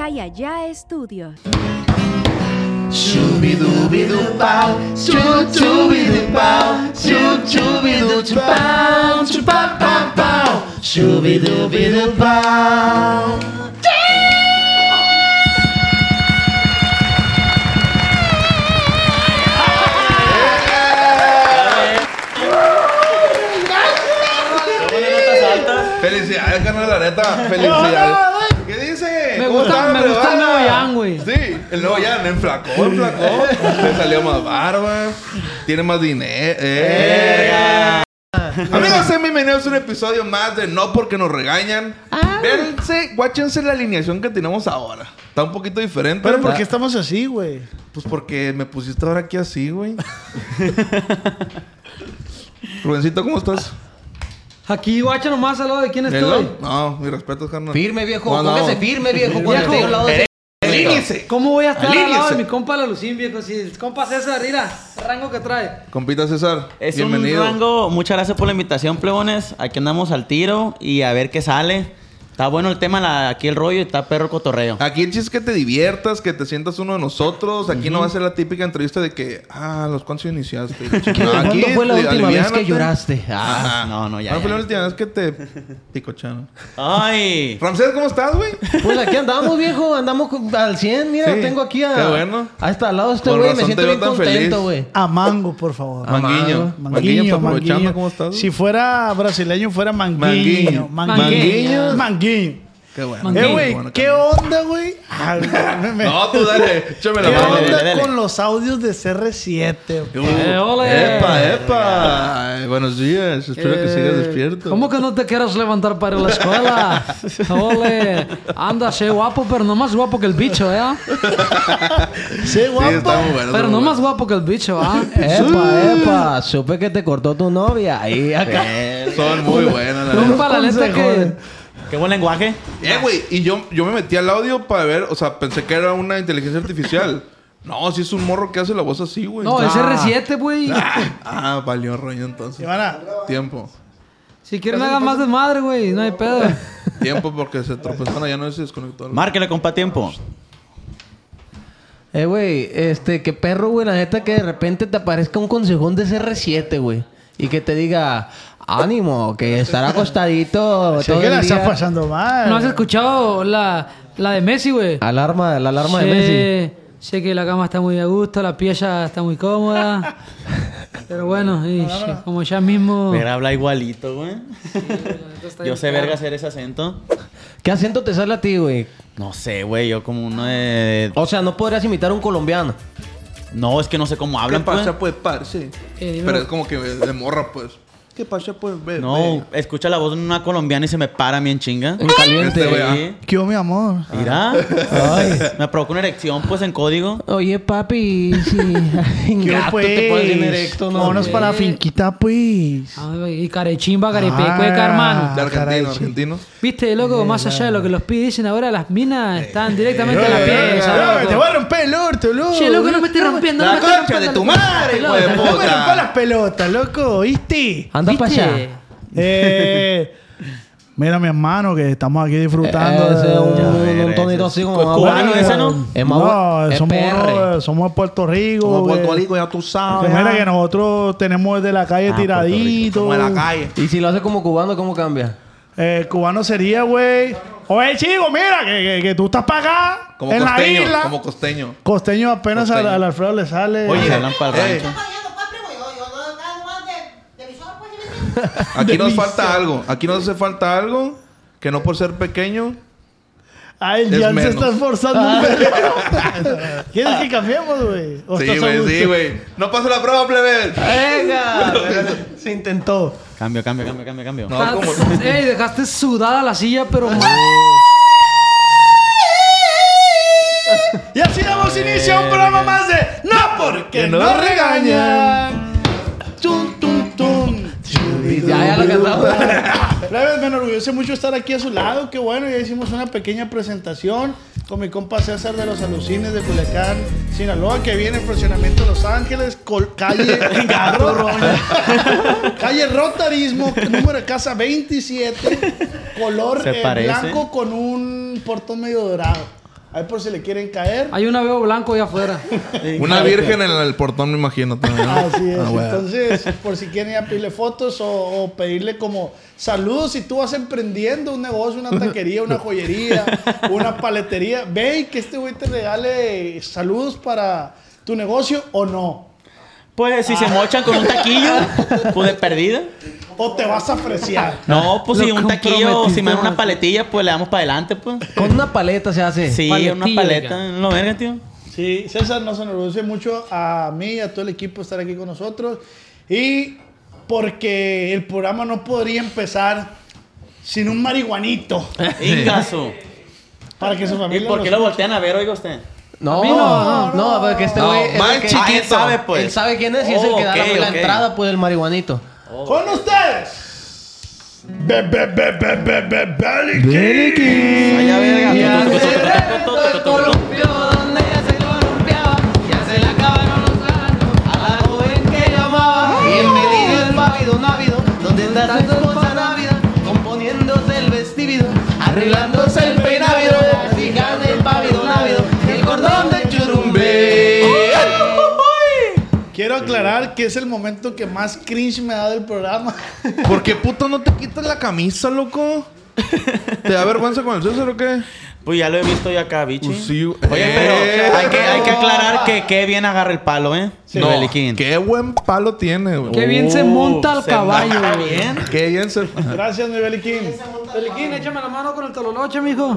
Acá y Allá Estudios. Shubidubidupau, shubidubidupau, shubidubidupau, chupapapau, shubidubidupau. Felicidades, carnal, la neta. Felicidades. ¿Qué dice? Me gusta el nuevo Yang, güey. Sí, el nuevo Yang enflacó. Le salió más barba. Tiene más dinero. Amigos, sean bienvenidos a un episodio más de No Porque Nos Regañan. Véanse, guáchense la alineación que tenemos ahora. Está un poquito diferente. ¿Pero por qué estamos así, güey? Pues porque me pusiste ahora aquí así, güey. Rubencito, ¿cómo estás? Aquí, guacha, nomás al lado de quién estoy. No, mi respeto, carnal. Firme, viejo. No, Póngase firme, viejo. Cuando Viejo. esté al lado de... ¡Alíñese! ¿Cómo voy a estar al lado Alíñese. de mi compa la Lucín, viejo? Si el compa César, mira, el rango que trae. Compita César, Es bienvenido. un rango. Muchas gracias por la invitación, plebones. Aquí andamos al tiro y a ver qué sale. Está bueno el tema, aquí el rollo y está perro el cotorreo. Aquí el chiste es que te diviertas, que te sientas uno de nosotros. Aquí no va a ser la típica entrevista de que, ¿los cuántos iniciaste? No, ¿Cuándo fue la última vez que aliviánate. lloraste? Ajá. no, ya. ¿Cuándo fue la última vez que te picocharon? Ay. Ramsés, ¿cómo estás, güey? Pues aquí andamos, viejo. Andamos al 100. Mira, Sí, tengo aquí a... qué bueno. A este al lado de este Con güey. Me razón siento te veo bien tan feliz. contento, güey. A Mango, por favor. Manguiño. Manguiño, pues, aprovechando, ¿cómo estás? Si fuera brasileño, fuera Manguiño. Manguiño. Manguiño. Qué bueno. Manguiño. Güey, Bueno, ¿qué onda, güey? No, tú dale. Échame la ¿Qué mano. onda dale. con los audios de CR7? Ole. ¡Epa! Buenos días. Espero que sigas despierto. ¿Cómo que no te quieras levantar para ir a la escuela? Ole. Anda, sé guapo, pero no más guapo que el bicho, ¿eh? Sí, Sí, guapo. está muy bueno. Pero está no muy más guapo que el bicho, ¿ah? Epa. Supe que te cortó tu novia. Ahí acá. bueno. Son muy buenas, la Compa, verdad. la neta que... Qué buen lenguaje. Güey, y yo me metí al audio para ver, o sea, pensé que era una inteligencia artificial. No, si es un morro que hace la voz así, güey. No, es R7, güey. Valió rollo entonces. Ivana, Tiempo. Si quieren hagan más desmadre, güey. No hay pedo. Tiempo porque se tropezaron allá, no se desconectó. Márquele, compa, tiempo. Güey, qué perro, güey. La neta que de repente te aparezca un consejón de CR7, güey. Y que te diga... Ánimo, que estar acostadito sé todo que la el está día. pasando mal. ¿No has escuchado la de Messi, güey? La alarma de Messi. Sé que la cama está muy a gusto, la pieza está muy cómoda. Pero bueno, como ya mismo... Mira, habla igualito, güey. Yo sé verga hacer ese acento. ¿Qué acento te sale a ti, güey? No sé, güey. Yo como uno de... O sea, no podrías imitar a un colombiano. No, es que no sé cómo ¿Qué hablan, pues. pasa, pues, parce? dímelo. Pero es como que de morra, pues. ¿Qué pasa, pues, bebé? No, escucha la voz de una colombiana y se me para bien chinga. En caliente. Este, güey, Sí. ¿Qué hubo, mi amor? Mira. Me provoca una erección, pues, en código. Oye, papi, sí. Gato, te pones bien erecto, ¿no? Vámonos para la finquita, pues. Y carechimba, carepecueca, hermano. De caray, argentino. Viste, loco, más allá de lo que los pibes dicen ahora, las minas están directamente en la pieza, Te loco. voy a romper el orto, loco. Che, loco, no me estés rompiendo. La no me estés concha de rompiendo tu la madre, hijo de pelota. No me puta. rompas las pelotas, loco, ¿oíste? Anda para ¿Viste? allá. Mira, mi hermano, que estamos aquí disfrutando Ese es de... un tonito así como... ¿Es cubano ese, no? Es más No, es PR. somos de Puerto Rico. Como que- Puerto Rico, ya tú que sabes. mira que nosotros tenemos desde la calle tiradito. Como en la calle. Y si lo hace como cubano, ¿cómo cambia? Cubano sería, güey. Oye, chico, mira, que tú estás para acá. Como en costeño. la isla. Como costeño. Costeño apenas Costeño. Al Alfredo le sale. Oye, Se hablan para el rancho. Aquí nos falta algo. Aquí nos hace falta algo que no por ser pequeño. Ay, el es Jan se menos. está esforzando un vergo. ¿Quieres que cambiemos, güey? ¿O Sí, estás a güey, gusto? sí, güey. No pasa la prueba, plebe. ¡Venga! Se intentó. Cambio. No, como... Ey, dejaste sudada la silla, pero mal. Y así damos inicio a un programa más de No Porque No Regañan. Tum, tum, tum. Ya lo cantamos. Plebes, me enorgullece mucho estar aquí a su lado. Qué bueno, ya hicimos una pequeña presentación con mi compa César de los Alucines de Culiacán, Sinaloa, que viene en fraccionamiento Los Ángeles, calle calle Rotarismo, número de casa 27, color Se parece. blanco con un portón medio dorado. Ahí por si le quieren caer. Hay un aveo blanco allá afuera. Una virgen en el portón, me imagino también. ¿no? Así es. Bueno. Entonces, por si quieren ya pedirle fotos o pedirle como saludos, si tú vas emprendiendo un negocio, una taquería, una joyería, una paletería, ve y que este güey te regale saludos para tu negocio o no. Pues si se mochan con un taquillo, pues de perdida. O te vas a apreciar. No, pues Lo si un taquillo, si me dan una comprometiste, paletilla, pues le damos para adelante, pues. Con una paleta se hace. Sí, Paletilla, una paleta. No, verga, tío. Sí, César nos enorgullece mucho a mí y a todo el equipo estar aquí con nosotros. Y porque el programa no podría empezar sin un marihuanito. Ingazo. Para que su ¿Y familia por qué nos- lo voltean a ver, oiga usted? No, A mí no, porque este No, güey... es más el que- chiquito. Él sabe, pues. Él sabe quién es y es el que da la Ok. entrada, pues, del marihuanito. Con ustedes. Vaya verga. Y hace Tucu, tucu, el tucu, reto del tucu, tucu, tucu. columpio donde ya se columpiaba, ya se le acabaron los años a la joven que llamaba. Bienvenido el pávido návido, donde está su esposa návida, componiéndose el vestido, arreglándose el peinávido, fijan el pávido návido y el cordón de churumbe. Quiero aclarar que es el momento que más cringe me da del programa. ¿Por qué puto no te quitas la camisa, loco? ¿Te da vergüenza con el César o qué? Pues ya lo he visto yo acá, bichi. Pues sí, Oye, pero hay que aclarar que qué bien agarra el palo, ¿eh? No, Beliquín. qué buen palo tiene, güey. Qué bien se monta al se caballo, monta güey. bien. Qué bien se... Gracias, mi Beliquín. Peliquín, échame la mano con el tololoche, mijo.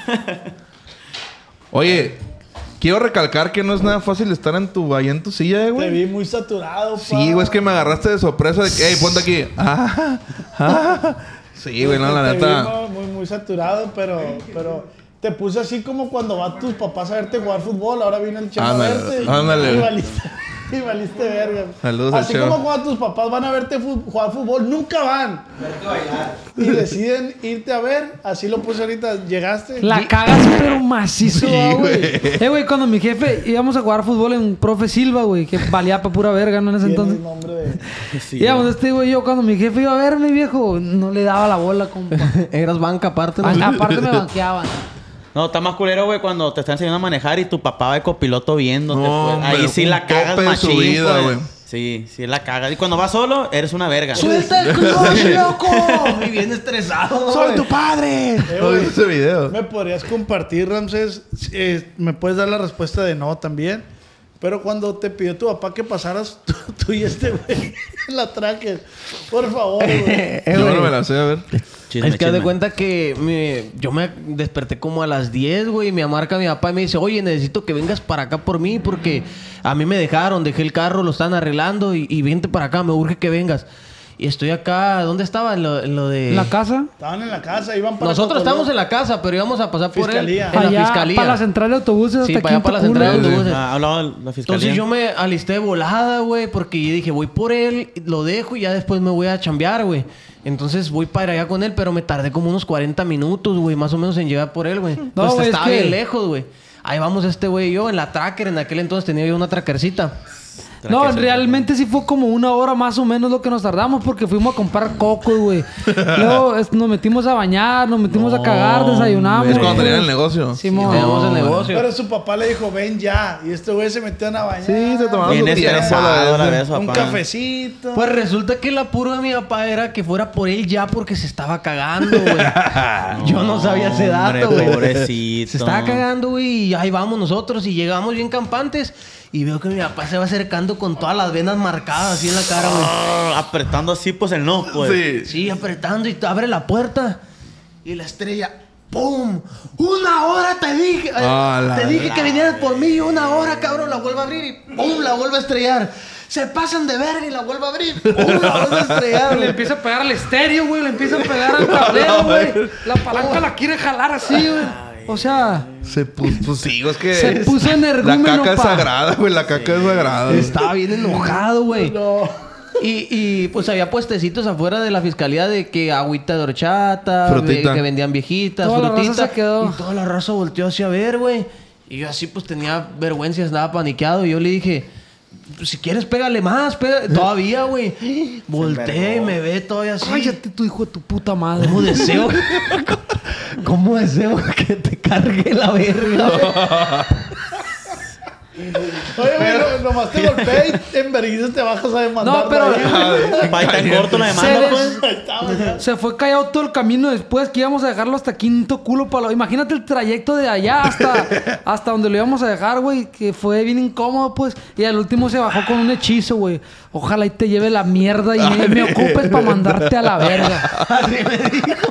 Oye, quiero recalcar que no es nada fácil estar ahí en tu silla, Te güey. vi muy saturado, pa. Sí, güey, es que me agarraste de sorpresa de que, hey, ponte aquí. Sí, güey, no, la Te vi neta. muy saturado, pero te puse así como cuando van tus papás a verte jugar fútbol. Ahora vino el Chema a Ándale, verte. ándale. Y valiste verga. Saludos al Así Chema. como cuando tus papás van a verte jugar fútbol, nunca van. Y deciden irte a ver. Así lo puse ahorita. Llegaste. La cagas pero macizo, Sí, güey. güey. Güey, cuando mi jefe íbamos a jugar fútbol en Profe Silva, güey, que valía pa' pura verga, ¿no? En ese Tiene entonces. el nombre de... Sí, Íbamos este güey y yo, cuando mi jefe iba a verme, viejo, no le daba la bola, compa. Eras banca aparte, ¿no? Aparte me banqueaban. No, está más culero, güey, cuando te están enseñando a manejar y tu papá va de copiloto viéndote, No, pues. Ahí hombre, sí un la cagas tope de su machín, vida, pues. güey. Sí, sí la cagas. Y cuando vas solo, eres una verga. ¡Suelta el clutch, loco! Y bien estresado. ¡Soy güey. tu padre! ¿No güey. viste ese video? ¿Me podrías compartir, Ramsés? ¿Me puedes dar la respuesta de no también? Pero cuando te pidió tu papá que pasaras tú y este güey en la traque, por favor, güey. Yo no güey. me la sé, a ver. Chisme, Es que haz de chisme. cuenta que yo me desperté como a las 10, güey, y me marca mi papá y me dice, oye, necesito que vengas para acá por mí porque a mí me dejaron, dejé el carro, lo están arreglando y vente para acá, me urge que vengas. Y estoy acá, ¿dónde estaba? En lo de... ¿En la casa? Estaban en la casa, iban para Nosotros Cocoló. estábamos en la casa, pero íbamos a pasar por Fiscalía. él. En la Allá, fiscalía. para la central de autobuses Sí, hasta para allá, Quinto para la central de Culo. autobuses. Ah, ha hablado la fiscalía. Entonces yo me alisté de volada, güey, porque yo dije, voy por él, lo dejo y ya después me voy a chambear, güey. Entonces voy para allá con él, pero me tardé como unos 40 minutos, güey, más o menos en llegar por él, güey. Pues güey, es estaba que- bien lejos, güey. Ahí vamos este güey y yo en la tracker. En aquel entonces tenía yo una trackercita. No, realmente sí fue como una hora más o menos lo que nos tardamos porque fuimos a comprar cocos, güey. Luego nos metimos a bañar, nos metimos a cagar, desayunamos. Es cuando güey. tenían el negocio. Simón. Teníamos el negocio. Pero su papá le dijo, ven ya. Y este güey se metió a bañar. Sí, se tomaron Bien su tiempo estresado la vez. vez, Un papá. cafecito. Pues resulta que el apuro de mi papá era que fuera por él ya porque se estaba cagando, güey. Yo no sabía ese dato, Hombre, güey. pobrecito. Se estaba cagando, güey, y ahí vamos nosotros. Y llegamos bien campantes. Y veo que mi papá se va acercando con todas las venas marcadas así en la cara, güey. Ah, apretando así, pues el no, pues. Sí. Sí, apretando y abre la puerta. Y la estrella, ¡pum! ¡Una hora te dije! Te dije que vinieras por mí, 1 hora, cabrón. La vuelvo a abrir y ¡pum! La vuelvo a estrellar. Se pasan de verga y la vuelvo a abrir. ¡Pum! La vuelvo a estrellar, Le güey. empieza a pegar al estéreo, güey. Le empieza a pegar al tablero, güey. La palanca la quiere jalar así, güey. O sea, Se puso... Pues sí, es que... se puso energúmeno, La caca es pa. sagrada, güey. La caca es sagrada. güey. Estaba bien enojado, güey. No. Y pues había puestecitos afuera de la fiscalía de que agüita de horchata, Frutita. que vendían viejitas, Toda la raza frutita. se quedó. Y toda la raza volteó hacia ver, güey. Y yo así pues tenía vergüenza, estaba paniqueado. Y yo le dije, pues, si quieres pégale más, todavía, güey. Volteé y me ve todavía así. Cállate, tu hijo de tu puta madre. ¿Cómo deseo? ¿Cómo deseo que te cargue la verga? Oye, güey, nomás te golpeé y en vergüenza te bajas a demandar. No, pero- Va tan corto la demanda, pues. Ahí estamos ya. Se fue callado todo el camino después que íbamos a dejarlo hasta Quinto Culo para imagínate el trayecto de allá hasta donde lo íbamos a dejar, güey, que fue bien incómodo, pues. Y al último se bajó con un hechizo, güey. Ojalá y te lleve la mierda y me ocupes para mandarte a la verga. Así me dijo.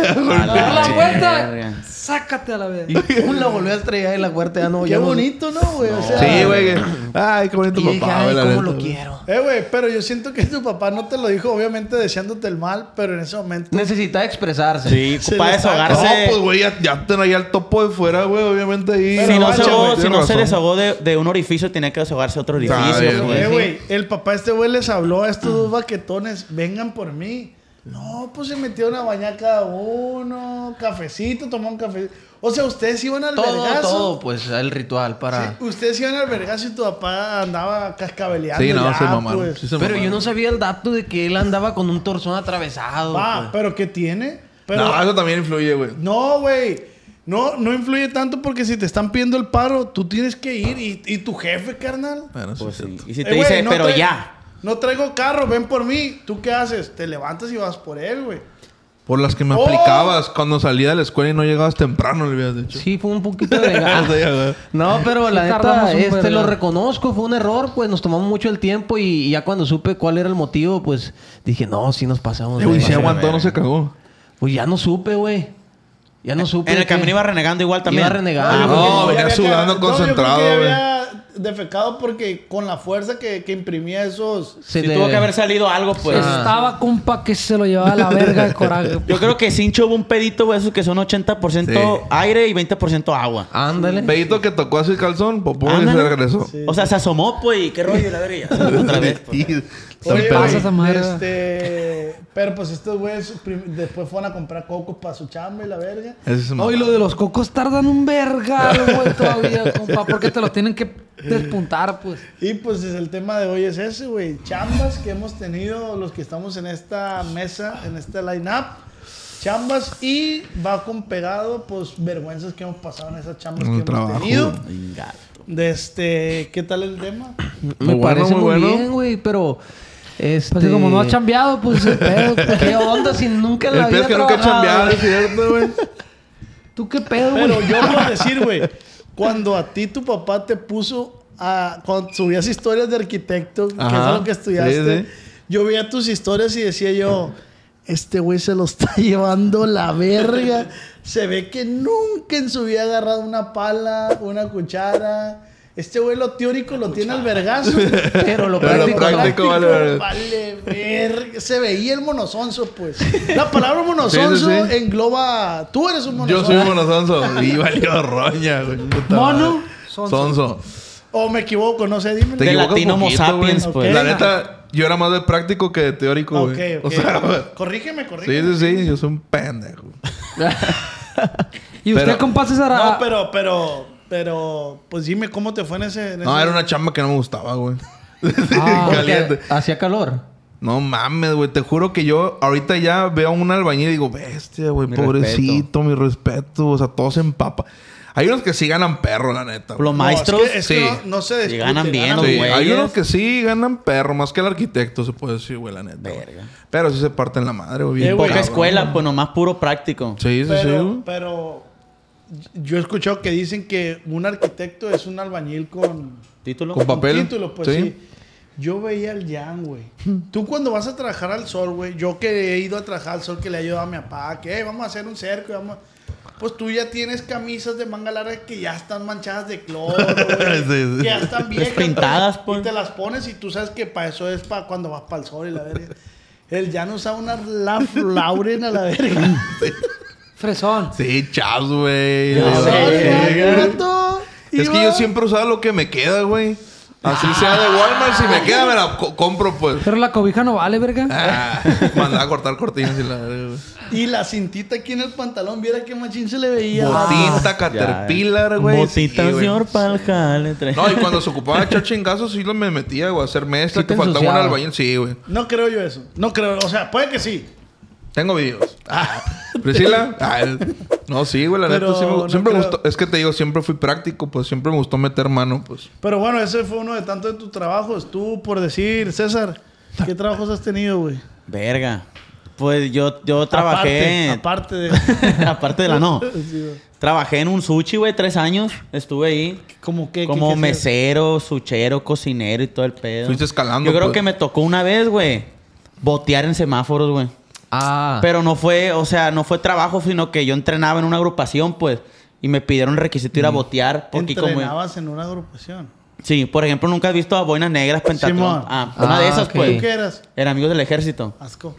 A la vuelta, verga. sácate a la verga. La volvió a estrellar y la puerta ya no. Qué ya no- bonito, ¿no, güey? O sea, Sí, güey. Ay, qué bonito Y yo dije, papá, ay, güey, la cómo neta, lo güey. quiero. güey, pero yo siento que tu papá no te lo dijo, obviamente deseándote el mal, pero en ese momento. Necesitaba expresarse. Sí, Se para le está- No, desahogarse. pues, güey, ya tenía el topo de fuera, güey, obviamente ahí. Pero Si no, guacha, se, güey, si tienes no se razón. desahogó de un orificio, tenía que desahogarse de otro bien, orificio, güey. pues. Güey, el papá de este güey les habló a estos dos baquetones, vengan por mí. No, pues se metieron a bañar cada uno, cafecito, tomó un café. O sea, ustedes iban al vergazo. Todo, pues, el ritual para... Sí, ustedes iban al vergazo y tu papá andaba cascabeleando. Sí, no, ya, se mamaron. pues. Sí se Pero mamaron. yo no sabía el dato de que él andaba con un torzón atravesado. Va, pues. pero ¿qué tiene? Pero, No, eso también influye, güey. no, güey. No influye tanto porque si te están pidiendo el paro, tú tienes que ir. Y tu jefe, carnal. Bueno, sí, Pues es sí. cierto. Y si te Güey, dice, no pero traigo- ya. No traigo carro, ven por mí. ¿Tú qué haces? Te levantas y vas por él, güey. Por las que me ¡Oh! aplicabas cuando salía de la escuela y no llegabas temprano, le habías dicho. Sí, fue un poquito de venganza. Sí, güey. No, pero la Sí tardamos neta, un lo verga. reconozco, fue un error, pues nos tomamos mucho el tiempo y ya cuando supe cuál era el motivo, pues dije, no, sí nos pasamos. Güey, de si verga. aguantó, no se cagó. Pues ya no supe, güey. Ya no supe. En el qué. camino iba renegando igual también. Iba renegando. yo creo no, que ya venía había sudando cagado. concentrado, yo creo que güey. ya había defecado porque con la fuerza que imprimía esos... Se Si le- tuvo que haber salido algo, pues. Estaba, compa, que se lo llevaba a la verga de coraje. Yo creo que Cincho hubo un pedito, güey, esos que son 80% Sí. aire y 20% agua. Ándale. Pedito que tocó así el calzón, popó y se Ándale. regresó. O sea, se asomó, pues, y qué rollo, la verga. y ya se fue otra vez, pues. Y- Oye, Tan pasa güey, esa madre. pero pues estos güeyes después fueron a comprar cocos para su chamba y la verga. Ese es No, y lo de los cocos tardan un vergal, güey, todavía, compa, porque te los tienen que despuntar, pues. Y pues el tema de hoy es ese, güey. Chambas que hemos tenido los que estamos en esta mesa, en este line-up. Chambas y va con pegado, pues, vergüenzas que hemos pasado en esas chambas En que el trabajo. hemos tenido. Venga. ¿Qué tal el tema? Me Muy parece bueno, muy muy bueno. bien, güey, pero... Pues así como no ha chambeado, pues ese pedo. Pues. ¿Qué onda si nunca en El la pez vida que nunca ha trabajado, chambeado, güey? es cierto, güey. ¿Tú qué pedo, güey? Pero yo puedo decir, güey, cuando a ti tu papá te puso cuando subías historias de arquitecto, que Ajá, es lo que estudiaste, sí, sí. yo veía tus historias y decía yo, este güey se lo está llevando la verga. Se ve que nunca en su vida ha agarrado una pala, una cuchara. Este güey lo teórico lo tiene al vergazo. Pero lo Pero lo práctico, práctico vale verga. Vale verga. Se veía el monozonzo, pues. La palabra monozonzo Sí, sí, sí. engloba... Tú eres un monozonzo. Yo soy un monozonzo. Y valió roña, güey. Puta Mono, madre. sonso. Sonso. O me equivoco, no sé, dime. Te De equivocas latino Homo poquito, sapiens, güey. pues. La neta, yo era más de práctico que de teórico, Ok, güey. ok. O sea, corrígeme. sí, sí. Yo soy un pendejo. Y usted, Pero- compa César, No, pero, pues dime cómo te fue en ese... No, era una chamba que no me gustaba, güey. Ah, Caliente. porque hacía calor. No mames, güey. Te juro que yo ahorita ya veo a un albañil y digo, bestia, güey, Mi pobrecito, mi respeto. O sea, todo se empapa. Hay unos que sí ganan perro, la neta. güey. Los No, maestros. es que sí. no se discute. ganan bien, los Sí, güeyes. hay unos que sí ganan perro, más que el arquitecto, se puede decir, güey, la neta. güey. Verga. Pero sí se parten la madre, güey. bien güey. Poca cabrón. escuela, pues nomás puro práctico. Sí, sí, sí. güey. Pero yo he escuchado que dicen que un arquitecto es un albañil con ¿Título? Con papel. título, pues Sí. sí. Yo veía al Jan, güey. Tú cuando vas a trabajar al sol, güey, yo que he ido a trabajar al sol, que le he ayudado a mi papá, que vamos a hacer un cerco, pues tú ya tienes camisas de manga larga que ya están manchadas de cloro, güey. Sí, sí. Que ya están viejas. Despintadas, pues, pues. Y te las pones y tú sabes que para eso es para cuando vas para el sol y la verga. El Jan usaba una Ralph Lauren a la verga. fresón. Sí, chas, güey. Ya Sí, sé. güey. Vato, Es que iba- yo siempre usaba lo que me queda, güey. Así sea de Walmart, si me queda, me la compro, pues. Pero la cobija no vale, verga. Ah, mandaba a cortar cortinas y la verga, güey. Y la cintita aquí en el pantalón, viera qué machín se le veía. Botita, Caterpillar, güey. Botita, Sí, güey. señor, para el jale. No, y cuando se ocupaba de echar chingazos, sí los me metía, güey, a hacer mezcla, Sí que te faltaba un ensuciaba. albañil. Sí, güey. No creo yo eso. No creo. O sea, puede que sí. Tengo videos. Priscila. No, sí, güey, la Pero neta sí no siempre me creo. gustó. Es que te digo, siempre fui práctico, pues siempre me gustó meter mano, pues. Pero bueno, ese fue uno de tantos de tus trabajos. Tú, por decir, César, ¿qué trabajos has tenido, güey? Verga. Pues yo trabajé... Aparte de... Aparte de la no. Sí, güey. Trabajé en un sushi, güey, 3 años. Estuve ahí. ¿Cómo qué? Como qué hacías? mesero, suchero, cocinero y todo el pedo. Fuiste escalando, Yo creo pues. que me tocó una vez, güey, botear en semáforos, güey. Ah. Pero no fue, o sea, no fue trabajo, sino que yo entrenaba en una agrupación, pues. Y me pidieron el requisito ir a botear. Porque como... Entrenabas en una agrupación. Sí, por ejemplo, nunca has visto a Boinas Negras, Pentatlón. Simón. Una de esas, ok. pues. ¿Tú qué eras? Era amigos del ejército. Asco.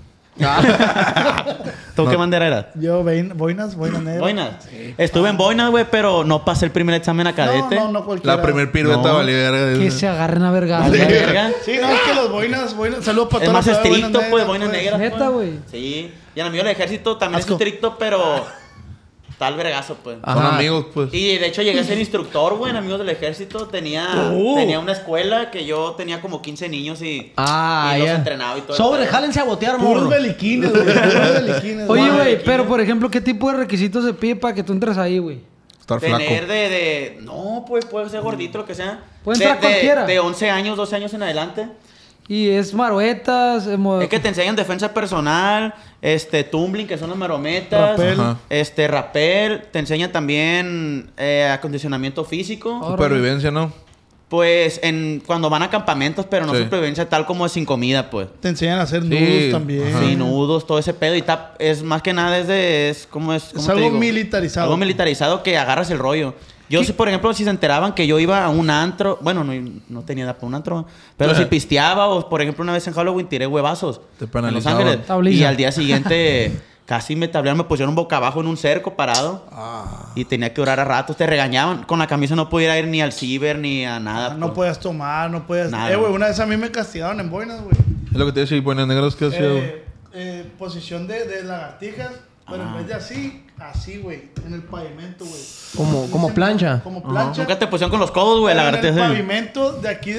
¿Tú qué bandera eras? Yo, boinas negras. Boinas. Estuve en Boinas, güey, pero no pasé el primer examen a cadete. No cualquiera. La primer pirueta No. valía verga. Que se agarren a vergas. Vale, verga. Sí, no, es que los boinas, saludos para Es todos más los estricto, pues, Boinas pues. Negras. Neta, pues. güey. Sí. Y el amigo del ejército también Asco. es estricto, pero... Tal vergazo, pues. Son Ajá. amigos, pues. Y de hecho llegué a ser instructor, güey, en Amigos del Ejército. Tenía una escuela que yo tenía como 15 niños y Ah, los ya. entrenaba y todo. Sobre, jálense a botear, Puros morro. beliquines, güey. Puros beliquines. Oye, güey. güey, pero por ejemplo, ¿qué tipo de requisitos se pide para que tú entres ahí, güey? Estar flaco. Tener No, pues puede ser gordito, lo que sea. Puede entrar cualquiera. De 11 años, 12 años en adelante. Y es maruetas, Es que te enseñan defensa personal, tumbling, que son las marometas, Rapel. Ajá. rapel, te enseñan también acondicionamiento físico. Supervivencia, ¿no? Pues cuando van a campamentos, pero no Sí. supervivencia tal como sin comida, pues. Te enseñan a hacer Sí, nudos también. ajá. Sí, nudos, todo ese pedo. Y es más que nada ¿cómo Es te algo digo? militarizado. Algo militarizado que agarras el rollo. Yo sí, por ejemplo, si se enteraban que yo iba a un antro, bueno, no tenía edad para un antro, pero si pisteaba o, por ejemplo, una vez en Halloween tiré huevazos Te en Los penalizaban. Ángeles. Tablilla. Y al día siguiente casi me tablearon, me pusieron boca abajo en un cerco parado. Y tenía que orar a ratos, te regañaban. Con la camisa no podía ir ni al ciber ni a nada. No pues. podías tomar, no podías... Nada. güey, una vez a mí me castigaron en boinas, güey. Es lo que te decía, Boinas Negras, ¿qué hacía, güey? Posición de lagartijas, pero en vez de así, güey, en el pavimento, güey. Como plancha. Como Ajá. plancha. Nunca te pusieron con los codos, güey, la Pero en el garantía. pavimento de aquí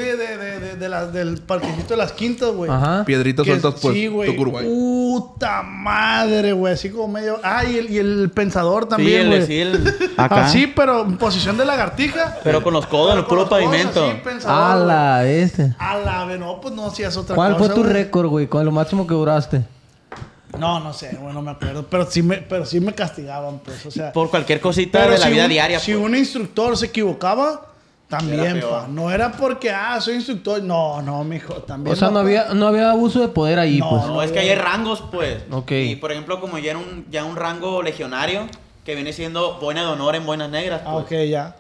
del parquecito de las quintas, güey. Ajá. Piedritas Que sueltas, pues. sí, güey. Tucurbay. Puta madre, güey. Así como medio... Ah, y el pensador también, güey. Acá. Así, pero en posición de lagartija. Pero con los codos en el Con puro los codos pavimento. así, pensador, A güey. la este. A la vez, no, pues no hacías otra ¿Cuál cosa. fue tu güey. récord, güey? ¿Cuál es lo máximo que duraste? No sé, güey, no me acuerdo. Pero sí me castigaban, pues. O sea, Por cualquier cosita de la vida diaria. Si pues. un instructor se equivocaba, también, Era peor. pa. No era porque, soy instructor. No, mijo, también. O sea, no había abuso de poder ahí, No, pues. No, es que hay rangos, pues. Ok. Y por ejemplo, como ya era un rango legionario, que viene siendo boina de honor en Boinas Negras, pues. Ok, ya.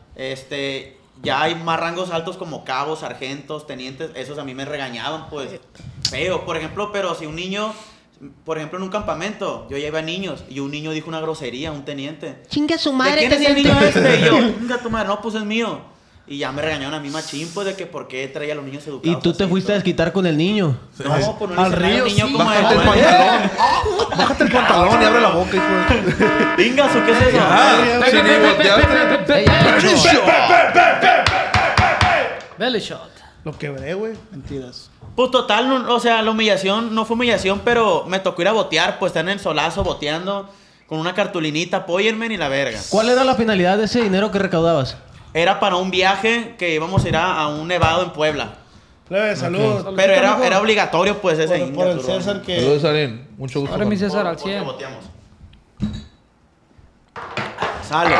Ya hay más rangos altos como cabos, sargentos, tenientes. Esos a mí me regañaban, pues. Feo, por ejemplo, pero si un niño, por ejemplo, en un campamento, yo ya iba niños y un niño dijo una grosería, un teniente. Chinga su ¿De quién es el niño este? Y yo, chinga tu madre, no, pues es mío. Y ya me regañaron a mí machín, pues, de que por qué traía a los niños educados. Y tú te así, fuiste a pues. desquitar con el niño. No, pues no Al le hice nada río, niño sí. como Bájate el de... pantalón. Bájate el pantalón y abre la boca, hijo de... Venga, ¿qué es eso? Si ni volteaste. Belly shot. Lo quebré, güey. Mentiras. Pues total, o sea, la humillación no fue humillación, pero me tocó ir a botear, pues estar en el solazo boteando con una cartulinita, apóyenme ni la verga. ¿Cuál era la finalidad de ese dinero que recaudabas? Era para un viaje que íbamos a ir a un nevado en Puebla. Plebe, saludos. Pero era obligatorio, pues, ese Por el inga, turrón. César que... Saludos, Alien. Mucho gusto. Ahora mi hermano. César al Porque 100. boteamos. Sale.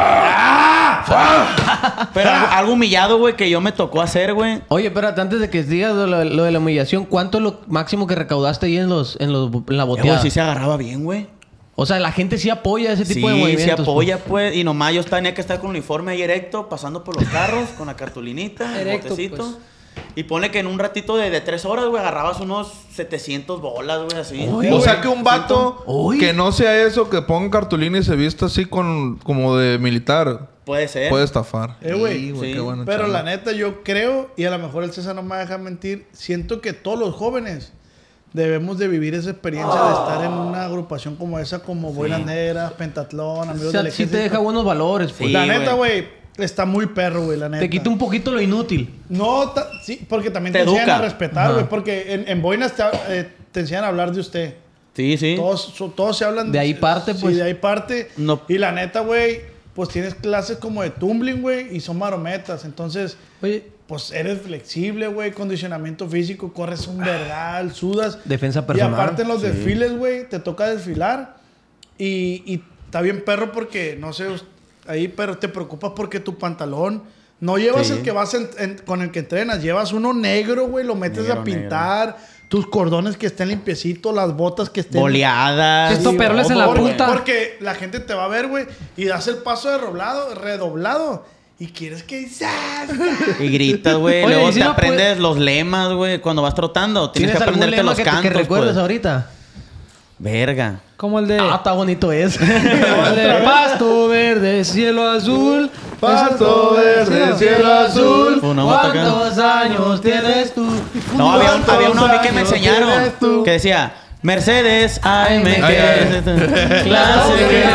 Pero algo humillado, güey, que yo me tocó hacer, güey. Oye, espérate, antes de que digas lo de la humillación, ¿cuánto es lo máximo que recaudaste ahí en la boteada? Sí se agarraba bien, güey. O sea, la gente sí apoya ese tipo de Sí, movimientos. se apoya, pues. Y nomás yo tenía que estar con el uniforme ahí erecto, pasando por los carros, con la cartulinita, el Erecto, botecito. pues. Y ponle que en un ratito de 3 horas, güey, agarrabas unos 700 bolas, güey, así. O sea que un vato Uy. que no sea eso, que ponga cartulina y se vista así como de militar, Puede ser. puede estafar. Güey. Sí. qué bueno. Pero chamba. la neta, yo creo, y a lo mejor el César no me va a dejar mentir, siento que todos los jóvenes debemos de vivir esa experiencia de estar en una agrupación como esa, como Boinas Negras, Pentatlón, O Amigos sea, del sí Ejército. te deja buenos valores, pues. Sí, La neta, güey. güey, está muy perro, güey, la neta. Te quita un poquito lo inútil. No, sí, porque también Te te enseñan educa. a respetar, güey. Ajá. Porque en Boinas te enseñan a hablar de usted. Sí. Todos se hablan... De ahí parte, pues. Sí, de ahí parte. No. Y la neta, güey, pues tienes clases como de tumbling, güey, y son marometas. Entonces, Oye, pues eres flexible, güey, condicionamiento físico, corres un vergal, sudas. Defensa personal. Y aparte en los desfiles, güey, te toca desfilar. Y está bien perro porque, no sé, ahí, pero te preocupas porque tu pantalón... No llevas el que vas con el que entrenas, llevas uno negro, güey, lo metes Negro, a pintar, tus cordones que estén limpiecitos, las botas que estén... Boleadas. Esto perles en la punta. Porque la gente te va a ver, güey, y das el paso de redoblado. Y quieres que... Y gritas, güey. Oye, Luego ¿y si te no aprendes los lemas, güey. Cuando vas trotando, tienes que algún aprenderte lema los que cantos, recuerdes pues. ahorita? Verga. como el de... Está bonito es. como el de pasto verde, cielo azul. Pasto verde, cielo azul. Una moto acá. ¿Cuántos años tienes tú? No, había uno a mí que me años enseñaron. tienes tú? Que decía... Mercedes AMG. Claro,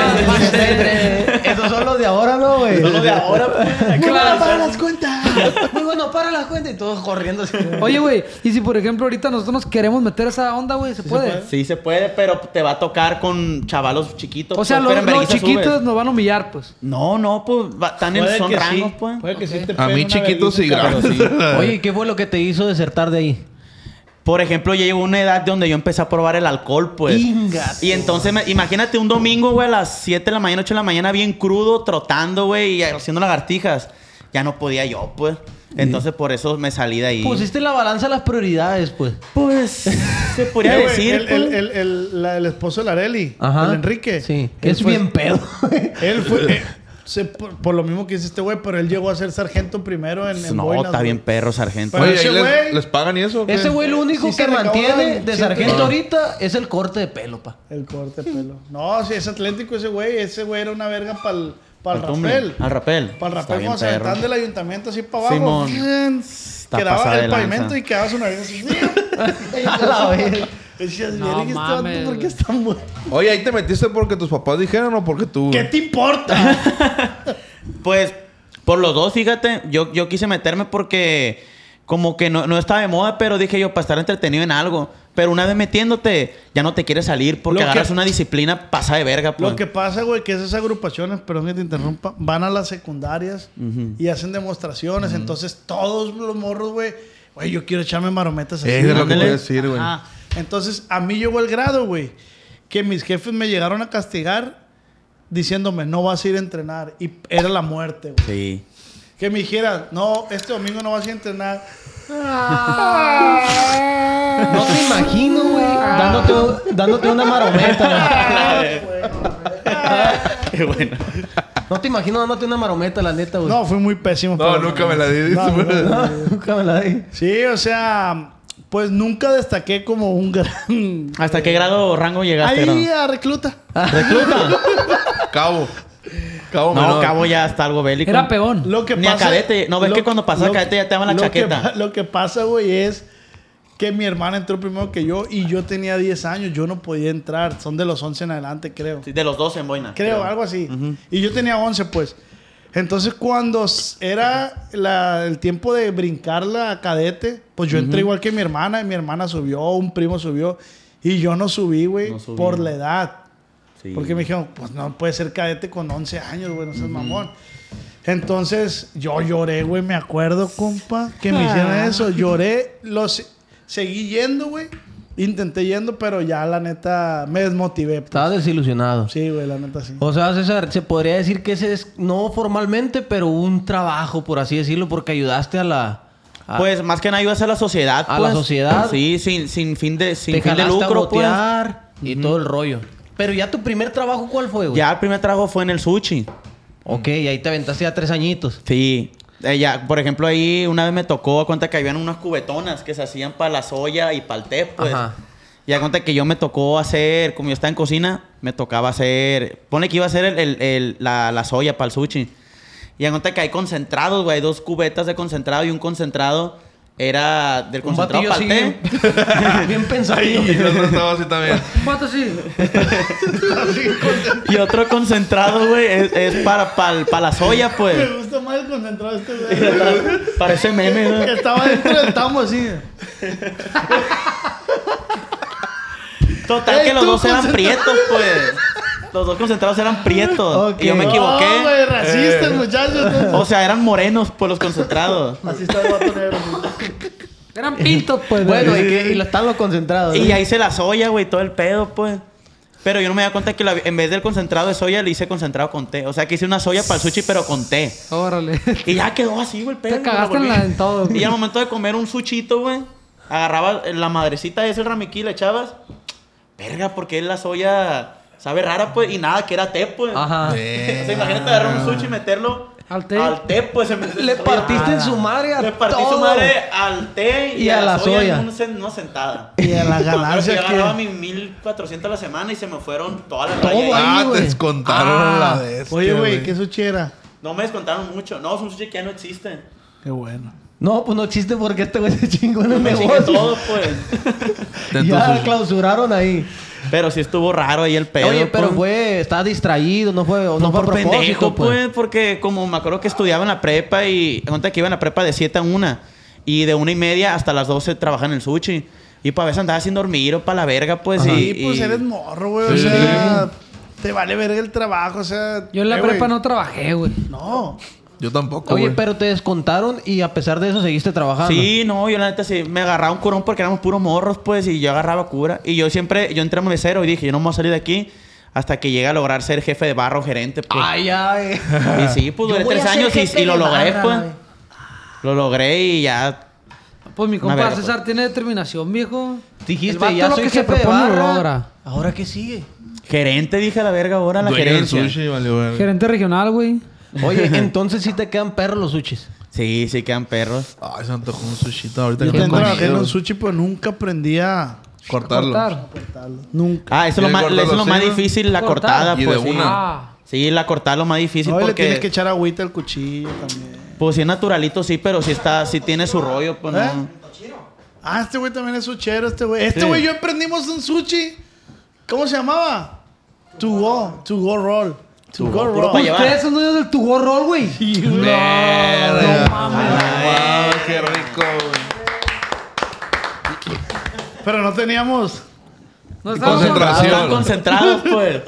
esos son los de ahora, ¿no, güey? Son los de ahora, pues. Muy bueno para las cuentas. Muy bueno para las cuentas. Y todos corriendo así. Oye, güey, y si por ejemplo ahorita nosotros nos queremos meter a esa onda, güey, ¿se puede? Sí se puede, pero te va a tocar con chavalos chiquitos. O sea, pues, pero en los vergüenza chiquitos subes. nos van a humillar, pues. No, pues están en son rangos, pues. Puede que sí te A mí peguen una chiquitos y vergüenza, grandes. Oye, ¿qué fue lo que te hizo desertar de ahí? Por ejemplo, ya llegó una edad donde yo empecé a probar el alcohol, pues. Ingato. Y entonces, imagínate un domingo, güey, a las 7 de la mañana, 8 de la mañana, bien crudo, trotando, güey, y haciendo lagartijas. Ya no podía yo, pues. Entonces, por eso me salí de ahí. Pusiste en la balanza las prioridades, pues. Pues, se podría güey, decir, pues. el esposo de la Areli, Ajá. el Enrique. Sí. Él Es fue- bien pedo. Él fue... por lo mismo que dice este güey, pero él llegó a ser sargento primero en No, boinas, está güey. bien perro, sargento. Pero Oye, ese ¿ahí güey- les pagan y eso? o qué? Ese güey lo único Sí, se que le acabó mantiene el de chiste. sargento Ah. ahorita es el corte de pelo, pa. El corte de pelo. No, sí, es atlético ese güey. Ese güey era una verga para el Al tumble. rapel. Al rapel. Para el Está rapel bien cuando se perro. aventaban del ayuntamiento así para abajo. Simón. Bien. Está Quedaba pasada el de lanza. pavimento y quedabas una vez así. La verga. Decías, No "Verga, este vato, mames, ¿por qué es tan bueno?" Oye, ¿ahí te metiste porque tus papás dijeron o porque tú? ¿Qué te importa? Pues, por los dos, fíjate. Yo quise meterme porque... Como que no estaba de moda, pero dije yo, para estar entretenido en algo. Pero una vez metiéndote, ya no te quieres salir porque Lo que- agarras una disciplina pasada de verga, pues. Lo que pasa, güey, que esas agrupaciones, perdón que te interrumpa, van a las secundarias y hacen demostraciones. Entonces, todos los morros, güey, yo quiero echarme marometas así. Es lo que Ándale. voy a decir, güey. Ajá. Entonces, a mí llegó el grado, güey, que mis jefes me llegaron a castigar diciéndome, no vas a ir a entrenar. Y era la muerte, güey. Sí. Que me dijeran, no, este domingo no vas a ir a entrenar. No te imagino, güey, dándote una marometa. Qué bueno. No te imagino dándote una marometa, la neta, güey. No, fui muy pésimo. No, para- nunca me la di. No, no. Nunca me la di. Sí, o sea, pues nunca destaqué como un gran... ¿Hasta qué grado o rango llegaste? Ahí grado? a recluta. ¿Recluta? Cabo. Cabo No, menor. cabo ya está algo bélico. Era peón. Lo que Ni a cadete. No, ves que cuando pasas a cadete ya te daban la chaqueta. Lo que pasa, güey, es que mi hermana entró primero que yo y yo tenía 10 años. Yo no podía entrar. Son de los 11 en adelante, creo. Sí, de los 12 en boina. Creo, algo así. Y yo tenía 11, pues. Entonces, cuando era el tiempo de brincarla a cadete, pues yo entré igual que mi hermana. Y mi hermana subió, un primo subió. Y yo no subí, güey, No subí. por la edad. Sí. Porque me dijeron, pues no puede ser cadete con 11 años, güey, no seas mamón. Entonces, yo lloré, güey, me acuerdo, compa, que me hicieron eso. Lloré, seguí yendo, güey. Intenté yendo, pero ya, la neta, me desmotivé. pues. Estabas desilusionado. Sí, güey, la neta, sí. O sea, César, se podría decir que ese es, no formalmente, pero un trabajo, por así decirlo, porque ayudaste a la... Pues más que nada ayudas a la sociedad. A pues. la sociedad. Sí, sin fin de te lucro, jalaste a pues. botear y todo el rollo. Pero ya tu primer trabajo, ¿cuál fue, güey? Ya el primer trabajo fue en el sushi. Ok, ahí te aventaste ya 3 añitos. Sí. Ya, por ejemplo, ahí una vez me tocó a cuenta que habían unas cubetonas que se hacían para la soya y para el té, pues. Ajá. Y a cuenta que yo me tocó hacer, como yo estaba en cocina, me tocaba hacer... Pone que iba a hacer la soya para el sushi. Y a cuenta que hay concentrados, güey. Hay 2 cubetas de concentrado y un concentrado era del Un concentrado batillo para el así té. bien, bien pensadillo. Y el otro estaba así también. ¿Cuánto sí? Y otro concentrado, güey, es para la soya, Me pues. gusta más el concentrado este, güey. Parece meme, Que güey. estaba dentro del tamo así. Total que los dos eran prietos, pues. Los dos concentrados eran prietos. Ok. Y yo me equivoqué. No, güey, racista el muchacho. Entonces. O sea, eran morenos, pues, los concentrados. Así está el vato negro. Eran pintos, pues. Bueno, güey. y lo están los concentrados. Y ahí se la soya, güey, todo el pedo, pues. Pero yo no me di cuenta que en vez del concentrado de soya, le hice concentrado con té. O sea, que hice una soya para el sushi, pero con té. Órale. Y ya quedó así, güey, el pedo. Te cagaste me lo en todo, güey. Y al momento de comer un sushito, güey, agarraba la madrecita de ese ramiquí, le echabas. Verga, porque la soya sabe rara, pues. Y nada, que era té, pues. Ajá. O sea, imagínate agarrar un sushi y meterlo Al té. pues. Le partiste en su madre a Le partí todo. su madre al té Y a la soya. en una sentada. Y a la Pero ganancia yo agarraba que... mis 1,400 a la semana y se me fueron todas las Todo rayas. ahí, güey. Te descontaron la vez. Oye, güey, ¿qué sushi era? No me descontaron mucho. No, es un sushi que ya no existe. Qué bueno. No, pues no existe porque este güey se chingó en el Me chingué negocio. todo, pues. Ya clausuraron ahí. Pero sí estuvo raro ahí el pedo. Oye, pero pues. estaba distraído, no fue a por propósito, pendejo, pues. pues, porque como me acuerdo que estudiaba en la prepa y cuenta que iba en la prepa de 7 a 1 y de 1:30 hasta las 12 trabajaba en el sushi. Y pues a veces andaba sin dormir o para la verga, pues. Sí, y, pues eres morro, güey. O sea, te vale verga el trabajo, o sea... Yo en la güey. prepa no trabajé, güey. No. Yo tampoco, Oye, güey. pero te descontaron y a pesar de eso seguiste trabajando. Sí, no, yo la neta sí me agarraba un curón porque éramos puros morros, pues, y yo agarraba cura. Y yo entré a mesero y dije, yo no me voy a salir de aquí hasta que llegue a lograr ser jefe de barra o gerente, pues. Ay, ay. Y sí, pues Yo duré voy a 3 ser años jefe y lo de logré, barra, pues. güey. Lo logré y ya. Pues mi Una compa verga, César tiene determinación, viejo. El Dijiste, vato ya lo soy que se jefe de propone lo barra. logra. ¿Ahora qué sigue? Gerente, dije a la verga ahora, la Dueño del gerencia. sushi, valió verga. Gerente regional, güey. Oye, entonces sí te quedan perros los sushis. Sí, sí quedan perros. Ay, se me antojó un sushito ahorita Yo que también tengo trabajé en miedo. un sushi, pero nunca aprendí a Cortarlo. Cortar. cortarlo. Nunca. Ah, eso es lo ¿Quieres más, cortarlo eso es lo así, más no? difícil, la Cortar. cortada, Y pues de sí. una. Ah. Sí, la cortada es lo más difícil No, y le porque... tienes que echar agüita al cuchillo también. Pues sí es naturalito, sí, pero sí tiene su rollo, pues ¿Eh? no. Ah, este güey también es suchero, este güey. Este Sí. güey y yo emprendimos un sushi. ¿Cómo se llamaba? To go roll. To go puro roll. pa' llevar. Ustedes son dueños del tu go roll, güey. Verga. No mames. Ay, qué rico, güey. Pero no teníamos. No estamos Concentración. Están concentrados, pues.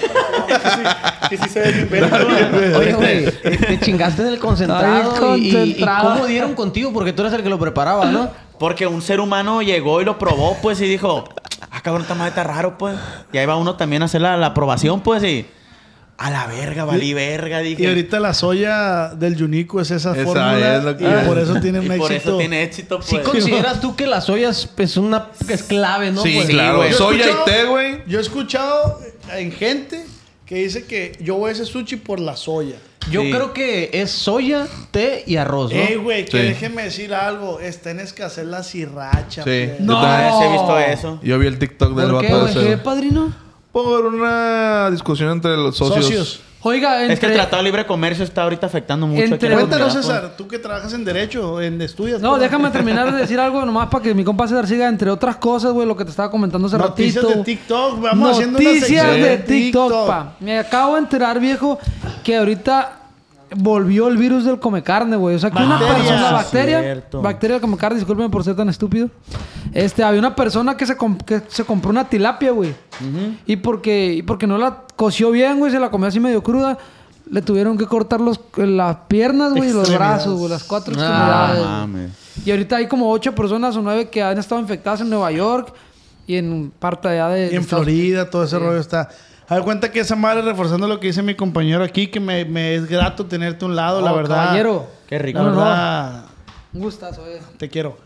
que sí se ve bien verga. Oye, güey, te chingaste en el concentrado. Ay, ¿Y concentrado. cómo dieron contigo? Porque tú eres el que lo preparaba, ¿no? Porque un ser humano llegó y lo probó, pues, y dijo, ah, cabrón, esta madre está raro, pues. Y ahí va uno también a hacer la aprobación, pues, y... A la verga, valí verga, dije. Y ahorita la soya del Yunico es esa Esa fórmula. es lo que- Y por eso tiene un Y por éxito. eso tiene éxito, pues. ¿Sí consideras tú que la soya es clave, no? Sí, Pues, claro. güey. Soya escuchado- y té, güey. Yo he escuchado en gente que dice que yo voy a ese sushi por la soya. Yo Sí. creo que es soya, té y arroz, ¿no? Güey, que Sí. déjenme decir algo. Está en escasez la sriracha. Sí. plebe. Yo No. también. Sí he visto eso. Yo vi el TikTok del ¿Por qué, vato güey? ese. ¿Qué, padrino? Por una discusión entre los socios. Oiga, Es que el entre... Tratado de Libre Comercio está ahorita afectando mucho. Entre- aquí a la Cuéntanos, comunidad, César, tú que trabajas en Derecho, en estudios. No, déjame terminar de decir algo nomás para que mi compa César siga. Entre otras cosas, güey, lo que te estaba comentando hace Noticias ratito. de TikTok. Vamos haciendo una Noticias sección de TikTok, pa. Me acabo de enterar, viejo, que ahorita volvió el virus del come carne, güey. O sea, que una Bacteria. persona, Cierto. bacteria del come carne, discúlpenme por ser tan estúpido. Había una persona que se compró una tilapia, güey. Y porque no la coció bien, güey, se la comió así medio cruda. Le tuvieron que cortar las piernas, güey, y los Extremidades. brazos, güey, las 4 Ah, extremidades. güey. mames. Y ahorita hay como 8 personas o 9 que han estado infectadas en Nueva York y en parte allá de... Y en Estados Florida, todo ese Sí. rollo está. A ver, cuenta que esa madre, reforzando lo que dice mi compañero aquí, que me es grato tenerte a un lado, la Oh, verdad. caballero. Qué rico. La No, no. verdad, Un gustazo, te quiero.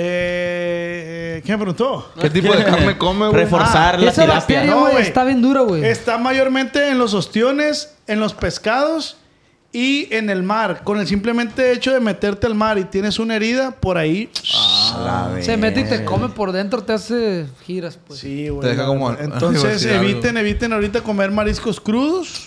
¿Qué me preguntó? ¿Qué tipo de carne come, güey? Reforzar la Esa tilapia. bacteria, No, güey, güey. está bien dura, güey. Está mayormente en los ostiones, en los pescados y en el mar. Con el simplemente hecho de meterte al mar y tienes una herida, por ahí. Se mete y te come por dentro, te hace giras, pues. Sí, güey. Te deja la como- verdad. iba a Entonces, decir algo. eviten ahorita comer mariscos crudos.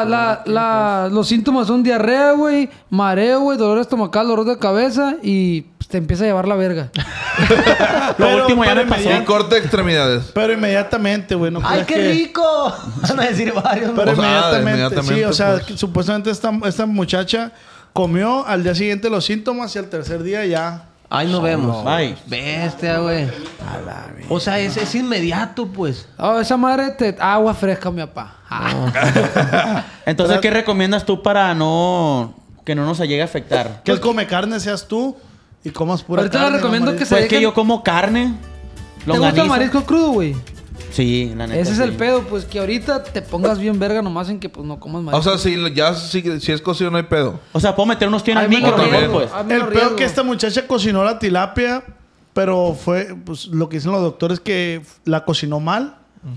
Los síntomas son diarrea, güey, mareo, güey, dolor estomacal, dolor de cabeza y pues, te empieza a llevar la verga. Lo último ya me pasó. Y corte de extremidades. Pero inmediatamente, güey. No ¡Ay, creas qué que- rico! Van a decir varios. Pero O sea, inmediatamente, inmediatamente, sí, o sea, pues. que supuestamente esta muchacha comió al día siguiente los síntomas y al tercer día ya Ahí nos vemos. Bye. Bestia, güey. O sea, es inmediato, pues. Oh, esa madre agua fresca, mi papá. Entonces, ¿qué recomiendas tú para que no nos llegue a afectar? Que el come carne seas tú y comas pura Ahorita carne. le recomiendo no que se Pues que dejen- yo como carne. ¿Te gusta el marisco crudo, güey? Sí, la neta. Ese es sí. el pedo, pues que ahorita te pongas bien verga nomás en que pues no comas O marisco. sea, si es cocido no hay pedo. O sea, puedo meter unos 100 al Hay menos micro, también. ¿no? Pues. Hay El menos peor riesgo. que esta muchacha cocinó la tilapia, pero fue, pues lo que dicen los doctores que la cocinó mal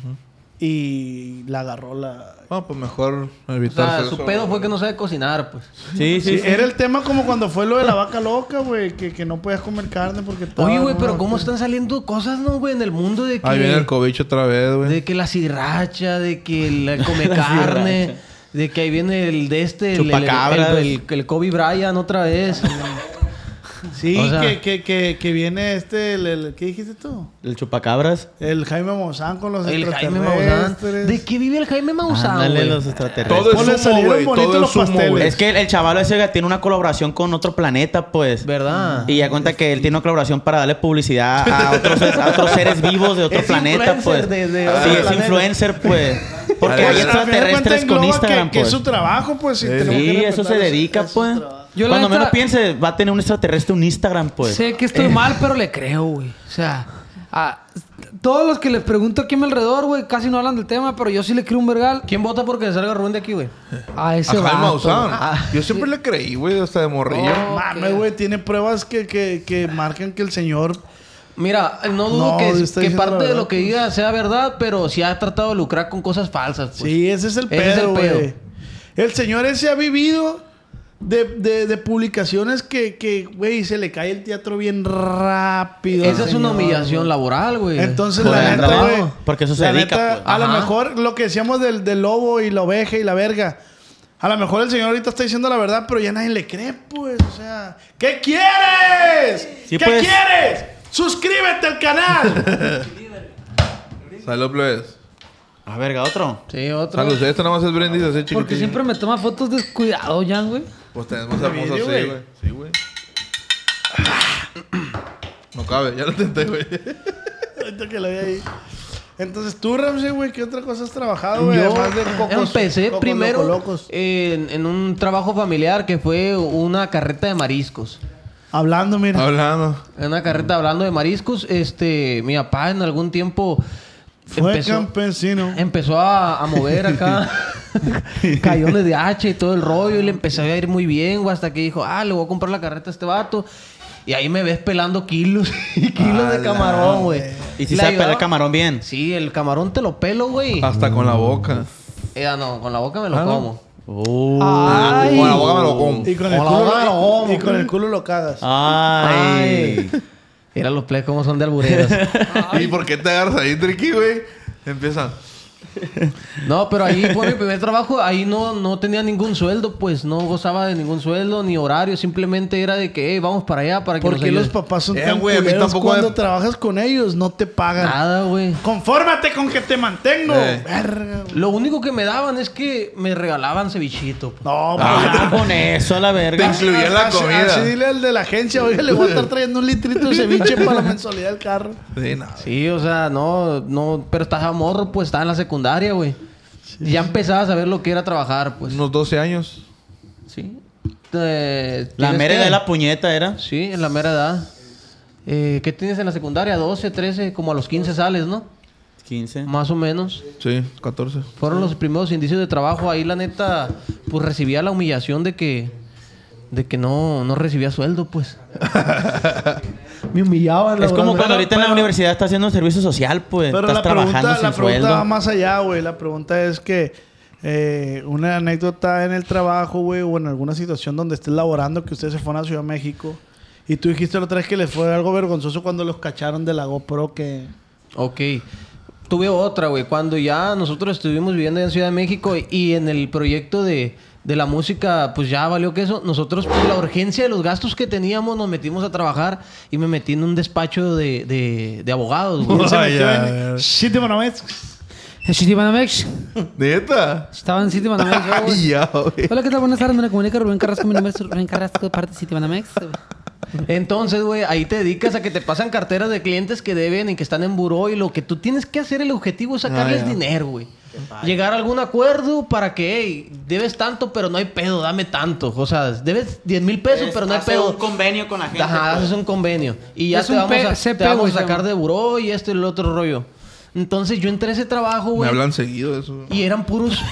y la agarró la... No, pues mejor O evitar sea, eso. su pedo fue que no sabe cocinar, pues. Sí, Sí, era el tema como cuando fue lo de la vaca loca, güey, que no podías comer carne porque estaba... Oye, güey, pero no, ¿cómo pues, están saliendo cosas, no, güey? En el mundo de que... Ahí viene el cobicho otra vez, güey. De que la sriracha, de que el come carne, de que ahí viene el de este... Chupacabras. El Kobe Bryant otra vez. Sí, O sea- que viene ¿qué dijiste tú? El chupacabras. El Jaime Maussan con los El Jaime Maussan. extraterrestres. ¿De qué vive el Jaime Maussan, Ándale, güey? los extraterrestres. Todo Pues le es humo, salieron güey. bonitos Todo los es humo, pasteles. güey. Es que el chaval ese tiene una colaboración con otro planeta, pues. ¿Verdad? Y ya cuenta que él tiene una colaboración para darle publicidad a otros seres vivos de otro Es planeta, influencer pues. de Sí, otro es planeta. influencer, pues. Porque A hay ver, Al final de cuentas extraterrestres con engloba Instagram, que pues. es su trabajo, pues. y tenemos que Sí, eso respetar se dedica, ese pues. trabajo. Yo la Cuando neta- menos piense, va a tener un extraterrestre un Instagram, pues. Sé que estoy mal, pero le creo, güey. O sea, todos los que les pregunto aquí a mi alrededor, güey, casi no hablan del tema, pero yo sí le creo un vergal ¿Quién vota porque salga Rubén de aquí, güey? a ese A Jaime vato. Maussan. Yo siempre le creí, güey, hasta de morrillo. Oh. Mames, güey, tiene pruebas que marcan que el señor... Mira, no dudo No, que está diciendo parte la de verdad, lo que pues. diga sea verdad, pero sí ha tratado de lucrar con cosas falsas, pues. Sí, ese es el Ese es el pedo, pedo. güey. El señor ese ha vivido de publicaciones que, güey, se le cae el teatro bien rápido. Esa al es una señor, humillación laboral, güey. Entonces, Joder, la neta, trabajo, güey. porque eso se la dedica, neta, pues. a lo Ajá. mejor lo que decíamos del lobo y la oveja y la verga. A lo mejor el señor ahorita está diciendo la verdad, pero ya nadie le cree, pues. O sea, ¿qué quieres? Sí, ¿Qué pues. quieres? ¡Suscríbete al canal! Salud, plebes. A verga, otro. Sí, otro. Salud, este nada más es brindis así chiquitito. Porque siempre me toma fotos descuidado, Jan, güey. Pues tenemos hermosos Video, así, güey. güey. Sí, güey. No cabe, ya lo intenté, güey. Ahorita que lo vi ahí. Entonces, tú, Ramsey, güey, ¿qué otra cosa has trabajado, güey? Yo Además de cocos, empecé cocos primero locos. en un trabajo familiar que fue una carreta de mariscos. Hablando, mira. Hablando. En una carreta hablando de mariscos, mi papá en algún tiempo Fue campesino. empezó a mover acá cayones de hacha y todo el rollo y le empezó a ir muy bien, güey, hasta que dijo, le voy a comprar la carreta a este vato. Y ahí me ves pelando kilos y kilos de camarón, güey. ¿Y si Le sabe pelar ayudaba- camarón bien? Sí, el camarón te lo pelo, güey. Hasta con la boca. No, con la boca me lo Ah, ¿no? como. Ay. Con la boca me lo como. Y con el Hola, culo, hola, hola. y con el culo lo cagas. Ay. Mira los plebes cómo son de albureros. ¿Y por qué te agarras ahí, Triqui, güey? Empieza. No, pero ahí fue mi primer trabajo. Ahí no tenía ningún sueldo, pues. No gozaba de ningún sueldo ni horario. Simplemente era de que, vamos para allá para que Porque nos los ayude. papás son Eh, tan güey, a mí culeros tampoco cuando me- trabajas con ellos, no te pagan. Nada, güey. Confórmate con que te mantengo. Verga, güey. Lo único que me daban es que me regalaban cevichito. pues. No, Ah, con eso a la Te verga. incluía en la así comida. dile al de la agencia, oye, le voy a estar trayendo un litrito de ceviche para la mensualidad del carro. Sí, nada. Sí, o sea, no. Pero estaba morro, pues. Estaba en la secundaria, güey. Y ya empezaba a saber lo que era trabajar, pues. Unos 12 años. Sí. La ¿Tienes mera qué? de la puñeta era. Sí, en la mera edad. ¿Qué tienes en la secundaria? 12, 13, como a los 15 sales, ¿no? 15. Más o menos. Sí, 14. Fueron los primeros indicios de trabajo. Ahí, la neta, pues recibía la humillación de que no recibía sueldo, pues. Me humillaban. Es como verdad. cuando ahorita en la universidad estás haciendo servicio social, pues. Pero estás trabajando la sin pregunta sueldo. va más allá, güey. La pregunta es que una anécdota en el trabajo, güey, o en alguna situación donde estés laborando, que ustedes se fueron a Ciudad de México. Y tú dijiste la otra vez que les fue algo vergonzoso cuando los cacharon de la GoPro que... Ok. Tuve otra, güey. Cuando ya nosotros estuvimos viviendo en Ciudad de México y en el proyecto de la música, pues ya valió que eso. Nosotros, por la urgencia de los gastos que teníamos, nos metimos a trabajar y me metí en un despacho de abogados, güey. Se Ay, metió ay, en ay. City Banamex. City Banamex. ¿Neta? Estaba en City Banamex, güey. Ay, ya, güey. Hola, ¿qué tal? Buenas tardes. Me comunica Rubén Carrasco. Mi nombre es Rubén Carrasco, de parte de City Banamex. Entonces, güey, ahí te dedicas a que te pasan carteras de clientes que deben y que están en buró y lo que tú tienes que hacer, el objetivo es sacarles dinero, güey. Llegar a algún acuerdo para que, hey, debes tanto, pero no hay pedo, dame tanto. O sea, debes 10,000 pesos, pero no hay pedo. un convenio con la gente. Ajá, pues. haces un convenio. Y ya Es te un vamos CP, a güey, sacar se de buró y esto y el otro rollo. Entonces yo entré a ese trabajo, Me güey. hablan seguido de eso. Y eran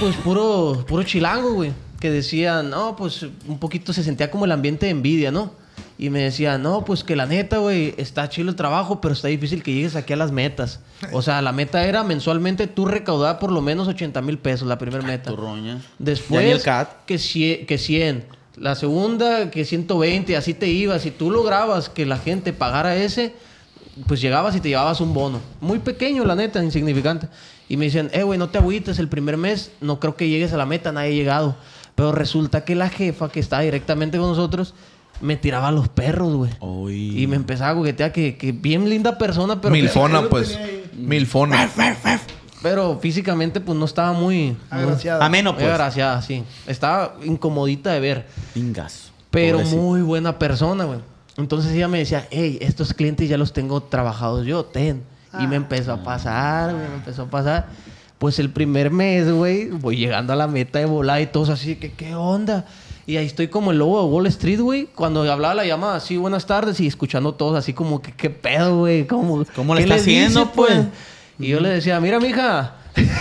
puro chilango, güey. Que decían, no, pues un poquito se sentía como el ambiente de envidia, ¿no? Y me decían, no, pues que la neta, güey, está chido el trabajo, pero está difícil que llegues aquí a las metas. O sea, la meta era mensualmente tú recaudar por lo menos 80,000 pesos, la primera meta. Tu roña. Después, Ya ni el CAT. que 100. La segunda, que 120. Así te ibas. Si tú lograbas que la gente pagara ese, pues llegabas y te llevabas un bono. Muy pequeño, la neta, insignificante. Y me decían, güey, no te agüites, el primer mes no creo que llegues a la meta, nadie ha llegado. Pero resulta que la jefa que está directamente con nosotros me tiraba a los perros, güey. Y me empezaba a coquetear que bien linda persona, pero... Milfona, pues. Milfona. Pero físicamente, pues, no estaba muy... Agraciada. Ameno, Muy pues. agraciada, sí. Estaba incomodita de ver. Pingas. Pero Pobrecito. muy buena persona, güey. Entonces ella me decía, hey, estos clientes ya los tengo trabajados yo, ten. Y me empezó a pasar, güey, me empezó a pasar. Pues el primer mes, güey, voy llegando a la meta de volada y todos así, que qué onda. Y ahí estoy como el lobo de Wall Street, güey. Cuando hablaba la llamada, así, buenas tardes, y escuchando todos así como que qué pedo, güey. ¿Cómo le ¿qué está les haciendo, dice, pues? Y yo le decía, mira, mija,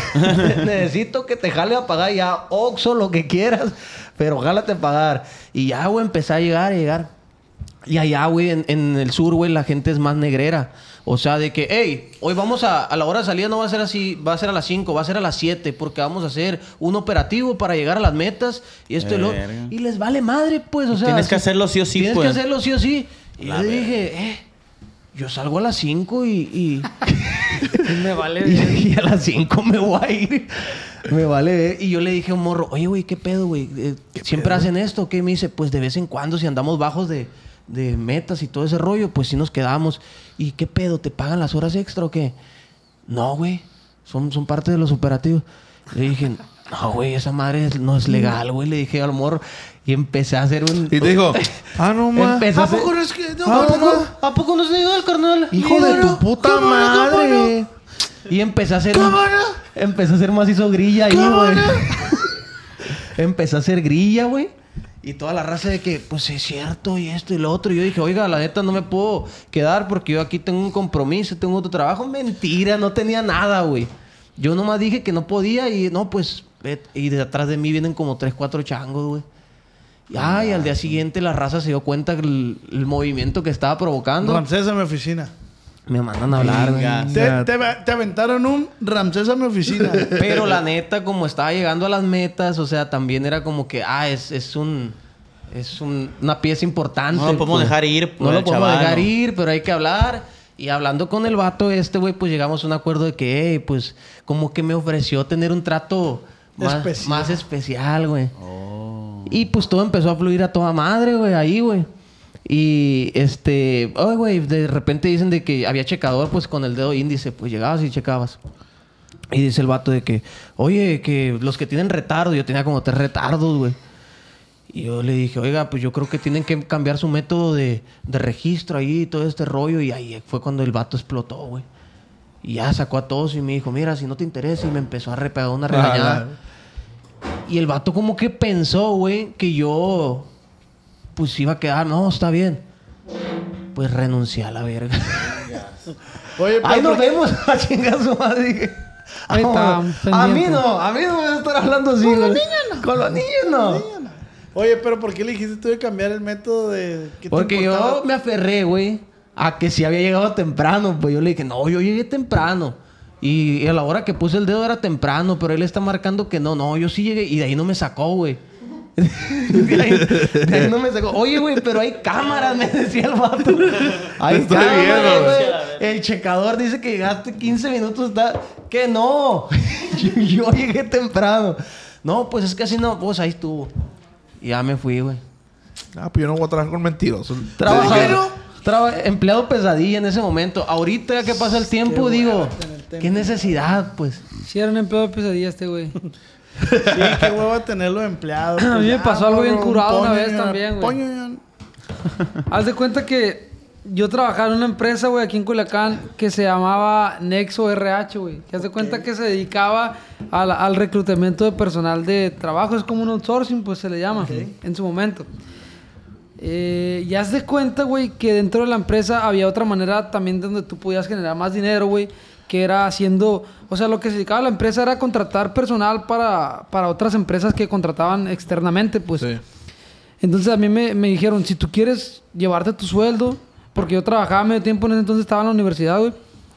necesito que te jale a pagar ya Oxxo, lo que quieras, pero jálate a pagar. Y ya, güey, empecé a llegar. Y allá, güey, en el sur, güey, la gente es más negrera. O sea, de que, hey, hoy vamos a la hora de salida no va a ser así, va a ser a las 5, va a ser a las 7, porque vamos a hacer un operativo para llegar a las metas y esto y lo... Verga. Y les vale madre, pues, o sea... Tienes que hacerlo sí o sí, tienes pues. que hacerlo sí o sí. Y La yo dije, yo salgo a las 5 y Me vale. y a las 5 me voy a ir. Me vale. Y yo le dije a un morro, oye, güey, ¿qué pedo, güey? ¿Siempre hacen esto? ¿Qué? Me dice, pues de vez en cuando, si andamos bajos de metas y todo ese rollo, pues sí nos quedamos. ¿Y qué pedo? ¿Te pagan las horas extra o qué? No, güey. Son parte de los operativos. Le dije, no, güey, esa madre no es legal, güey. Le dije al morro. Y empecé a hacer un... Y te dijo, no más. Empecé a hacer... ¿A poco no es que no? ¿A poco no es legal, carnal? Hijo de tu puta madre. Y empecé a hacer... Empecé a hacer macizo grilla ahí, güey. Empecé a hacer grilla, güey. Y toda la raza de que, pues es cierto, y esto y lo otro. Y yo dije, oiga, la neta no me puedo quedar porque yo aquí tengo un compromiso, tengo otro trabajo. Mentira, no tenía nada, güey. Yo nomás dije que no podía y no, pues... Y de atrás de mí vienen como 3, 4 changos, güey. Y al día siguiente la raza se dio cuenta el movimiento que estaba provocando. Ramsés a mi oficina. Me mandan a hablar, güey. Te aventaron un Ramsés a mi oficina. Pero la neta, como estaba llegando a las metas, o sea, también era como que, una pieza importante. No lo podemos pues. dejar ir, pues, No lo el podemos chaval, dejar ¿no? ir, pero hay que hablar. Y hablando con el vato güey, pues llegamos a un acuerdo de que, pues, como que me ofreció tener un trato más especial, güey. Y pues todo empezó a fluir a toda madre, güey, ahí, güey. Y güey, de repente dicen de que había checador, pues con el dedo índice, pues llegabas y checabas. Y dice el vato de que, oye, que los que tienen retardo, yo tenía como 3 retardos, güey. Y yo le dije, oiga, pues yo creo que tienen que cambiar su método de registro ahí, todo este rollo. Y ahí fue cuando el vato explotó, güey. Y ya sacó a todos y me dijo, mira, si no te interesa. Y me empezó a repegar una regañada. Y el vato como que pensó, güey, que yo... pues iba a quedar, no, está bien. Pues renuncié a la verga. Oye, pero Ahí nos ¿por qué? vemos. A chingar su madre. Dije, Ahí está, a mí pendiente. no me voy a estar hablando así. Con los niños no. Con los niños no. Oye, pero ¿por qué le dijiste tú de cambiar el método de... ¿qué te Porque importaba? yo me aferré, güey, a que si había llegado temprano. Pues yo le dije, no, yo llegué temprano. Y a la hora que puse el dedo era temprano, pero él está marcando que no, yo sí llegué. Y de ahí no me sacó, güey. de ahí no me sacó. Oye, güey, pero hay cámaras, me decía el vato. Hay Está cámaras, bien, güey. El checador dice que llegaste 15 minutos. Que no. yo llegué temprano. No, pues es que así no. Pues ahí estuvo. Y ya me fui, güey. Pues yo no voy a trabajar con mentirosos. Empleado pesadilla en ese momento. Ahorita ya que pasa el tiempo, digo, qué necesidad, pues. Sí, era un empleado de pesadilla este, güey. Sí, qué huevo tenerlo empleado. A mí me pasó algo bien curado una vez también, güey. Haz de cuenta que yo trabajaba en una empresa, güey, aquí en Culiacán, que se llamaba Nexo RH, güey. Que haz de cuenta que se dedicaba al reclutamiento de personal de trabajo. Es como un outsourcing, pues se le llama en su momento. Y haz de cuenta, güey, que dentro de la empresa había otra manera también donde tú podías generar más dinero, güey. Que era haciendo... O sea, lo que se dedicaba a la empresa era contratar personal para otras empresas que contrataban externamente, pues. Sí. Entonces a mí me dijeron, si tú quieres llevarte tu sueldo... Porque yo trabajaba medio tiempo en ese entonces, estaba en la universidad, güey.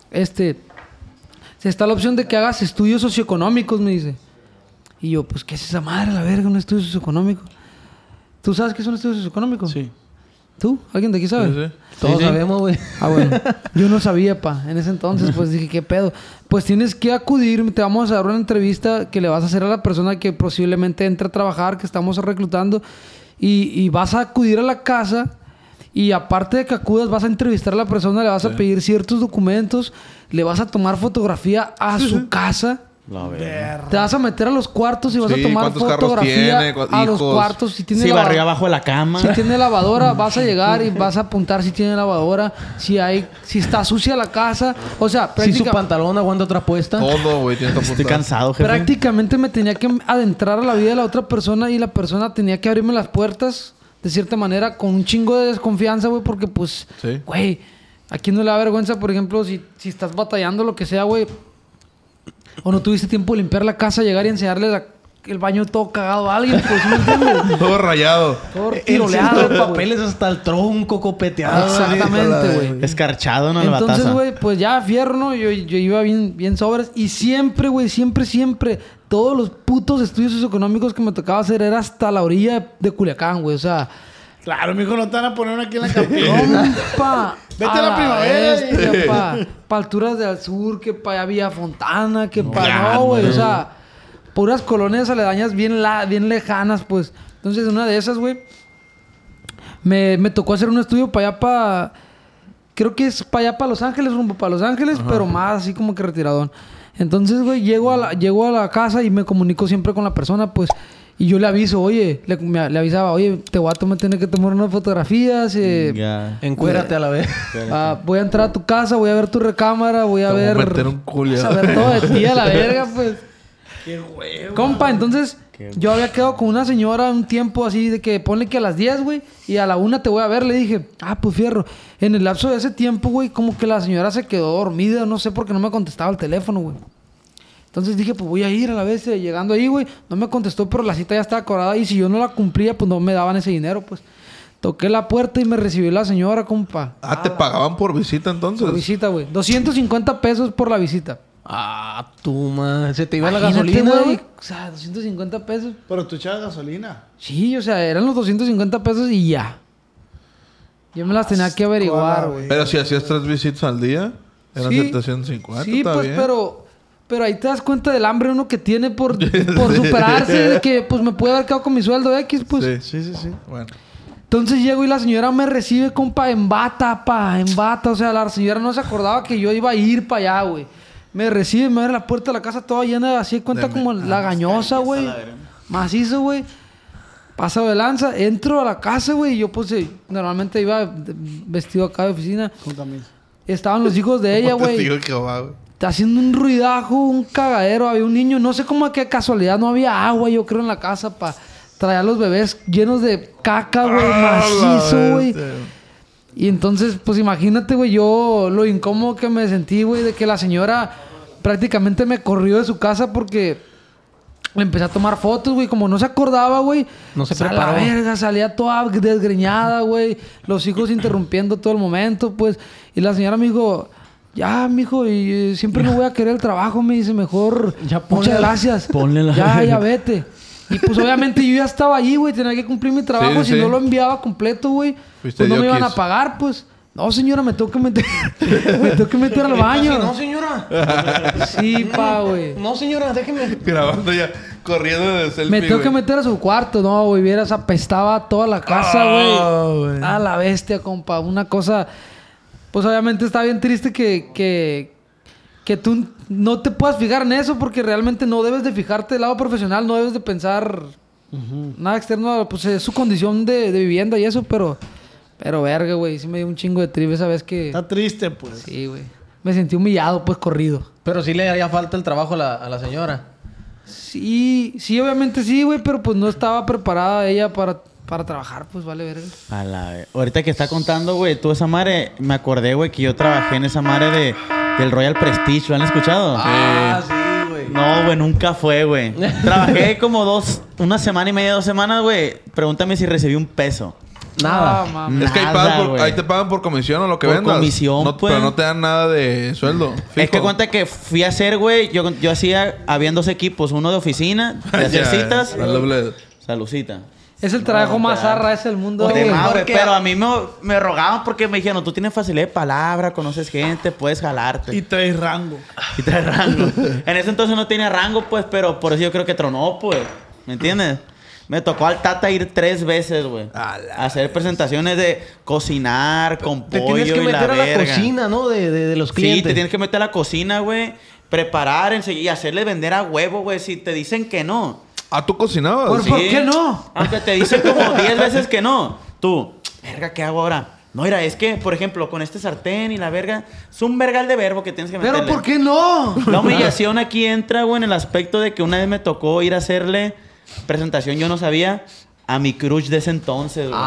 Si está la opción de que hagas estudios socioeconómicos, me dice. Y yo, pues, ¿qué es esa madre, la verga, un estudio socioeconómico? ¿Tú sabes qué es un estudio socioeconómico? Sí. ¿Tú? ¿Alguien de aquí sabe? Sí. Todos sabemos, güey. Ah, bueno. Yo no sabía, en ese entonces, pues dije, ¿qué pedo? Pues tienes que acudir, te vamos a dar una entrevista que le vas a hacer a la persona que posiblemente entre a trabajar, que estamos reclutando, y vas a acudir a la casa... Y aparte de que acudas, vas a entrevistar a la persona, le vas a pedir ciertos documentos, le vas a tomar fotografía a su casa. Te vas a meter a los cuartos y vas a tomar fotografía a los cuartos. Si barrió abajo de la cama. Si tiene lavadora, vas a llegar y vas a apuntar si tiene lavadora. Si está sucia la casa. O sea, si su pantalón aguanta otra puesta. Todo, güey. Estoy cansado, jefe. Prácticamente me tenía que adentrar a la vida de la otra persona y la persona tenía que abrirme las puertas. De cierta manera, con un chingo de desconfianza, güey, porque pues, güey, ¿a quién no le da vergüenza, por ejemplo, si estás batallando lo que sea, güey, o no tuviste tiempo de limpiar la casa, llegar y enseñarle el baño todo cagado a alguien, pues, ¿me entiendes? Todo rayado. Todo tiroleado, de papeles hasta el tronco copeteado. Exactamente, güey. Escarchado, ¿no? Entonces, güey, pues ya, fierro, ¿no? Yo iba bien sobres. Y siempre, güey, siempre, todos los putos estudios socioeconómicos que me tocaba hacer era hasta la orilla de Culiacán, güey. O sea... Claro, mijo, no te van a poner uno aquí en la campiña. Vete a la primavera. Pa' alturas del sur, que pa' allá Villa Fontana, que no, güey. O sea, puras colonias aledañas bien lejanas, pues. Entonces, una de esas, güey, me tocó hacer un estudio para allá, creo que es para allá, para Los Ángeles, rumbo para Los Ángeles, pero más así como que retiradón. Entonces, güey, llego a la casa y me comunico siempre con la persona, pues. Y yo le aviso, oye, le avisaba, oye, te voy a tener que tomar unas fotografías. Encuérate a la vez. Voy a entrar a tu casa, voy a ver tu recámara, voy a ver... meter un culo. A ver todo de ti a la verga, pues. Qué huevo. Compa, entonces, yo había quedado con una señora un tiempo así de que ponle que a las 10, güey, y a la 1 te voy a ver. Le dije, pues fierro. En el lapso de ese tiempo, güey, como que la señora se quedó dormida, no sé por qué no me contestaba el teléfono, güey. Entonces dije, pues voy a ir a la vez. Llegando ahí, güey, no me contestó, pero la cita ya estaba cobrada. Y si yo no la cumplía, pues no me daban ese dinero, pues. Toqué la puerta y me recibió la señora, compa. ¿Te pagaban por visita entonces? Por visita, güey. 250 pesos por la visita. Se te iba la gasolina, güey. O sea, 250 pesos. Pero tú echabas gasolina. Sí, o sea, eran los 250 pesos y ya. Yo me las tenía que averiguar, güey. Pero si hacías 3 visitas al día, eran 750. Sí, pues, bien. Pero ahí te das cuenta del hambre uno que tiene por superarse. De que, pues, me puede haber quedado con mi sueldo X, pues. Sí. Bueno. Entonces llego y la señora me recibe, compa, en bata. O sea, la señora no se acordaba que yo iba a ir para allá, güey. Me recibe, me abre la puerta de la casa toda llena, así de cuenta como la gañosa, güey. Macizo, güey. Paso de lanza. Entro a la casa, güey. Y yo, pues, normalmente iba vestido acá de oficina. Con camisa. Estaban los hijos de ella, güey. Está haciendo un ruidajo, un cagadero. Había un niño. No sé cómo, qué casualidad. No había agua, yo creo, en la casa para traer a los bebés llenos de caca, güey. Macizo, güey. Y entonces, pues imagínate, güey, yo lo incómodo que me sentí, güey, de que la señora prácticamente me corrió de su casa porque le empecé a tomar fotos, güey. Como no se acordaba, güey. No se preparó. A la verga, salía toda desgreñada, güey. Los hijos interrumpiendo todo el momento, pues. Y la señora me dijo, ya, mijo, y siempre no voy a querer el trabajo. Me dice, mejor, muchas gracias. Ya vete. Y pues obviamente yo ya estaba allí, güey. Tenía que cumplir mi trabajo. Si no lo enviaba completo, güey, pues no me iban a pagar, pues. No, señora, me tengo que meter... me tengo que meter al baño. No, señora. Sí, güey. No, señora, déjeme. Grabando ya, corriendo de selfie, me tengo que meter a su cuarto. No, güey, vieras, apestaba toda la casa, güey. A la bestia, compa. Una cosa... Pues obviamente está bien triste que tú no te puedas fijar en eso, porque realmente no debes de fijarte del lado profesional, no debes de pensar nada externo, pues es su condición de vivienda y eso, pero Pero verga, güey. Sí me dio un chingo de trip esa vez que... Está triste, pues. Sí, güey. Me sentí humillado, pues, corrido. Pero sí le haría falta el trabajo a la señora. Sí, obviamente sí, güey. Pero pues no estaba preparada ella para trabajar, pues vale verga. Ahorita que está contando, güey, tú esa madre, me acordé, güey, que yo trabajé en esa madre del Royal Prestige. ¿Lo han escuchado? Sí, güey. No, güey, nunca fue, güey. Trabajé como una semana y media, 2 semanas, güey. Pregúntame si recibí un peso. Nada. Ah, mames. Es que Nada, ahí te pagan por comisión o lo que Por vendas. comisión, No, pues. Pero no te dan nada de sueldo. Es que fijo. cuenta que fui a hacer, güey, yo hacía, habían 2 equipos, uno de oficina, de hacer Ya, citas. el doble. Saludcita. Es el trabajo más arra, es el mundo. De güey. más, güey, porque- pero a mí me rogaban porque me dijeron, tú tienes facilidad de palabra, conoces gente, puedes jalarte. Y traes rango. Y traes rango. En ese entonces no tenía rango, pues, pero por eso yo creo que tronó, pues. ¿Me entiendes? Me tocó al Tata ir 3 veces, güey. A hacer presentaciones de cocinar con Te pollo tienes que y la meter a la verga. cocina, ¿no? De los clientes. Sí, te tienes que meter a la cocina, güey. Preparar y hacerle vender a huevo, güey. Si te dicen que no. Ah, ¿tú cocinabas? ¿Por qué no? Aunque te dicen como 10 veces que no. Tú, verga, ¿qué hago ahora? No, mira, es que, por ejemplo, con este sartén y la verga, es un vergal de verbo que tienes que meterle. Pero ¿por qué no? La humillación aquí entra, güey, en el aspecto de que una vez me tocó ir a hacerle presentación, yo no sabía, a mi crush de ese entonces, güey.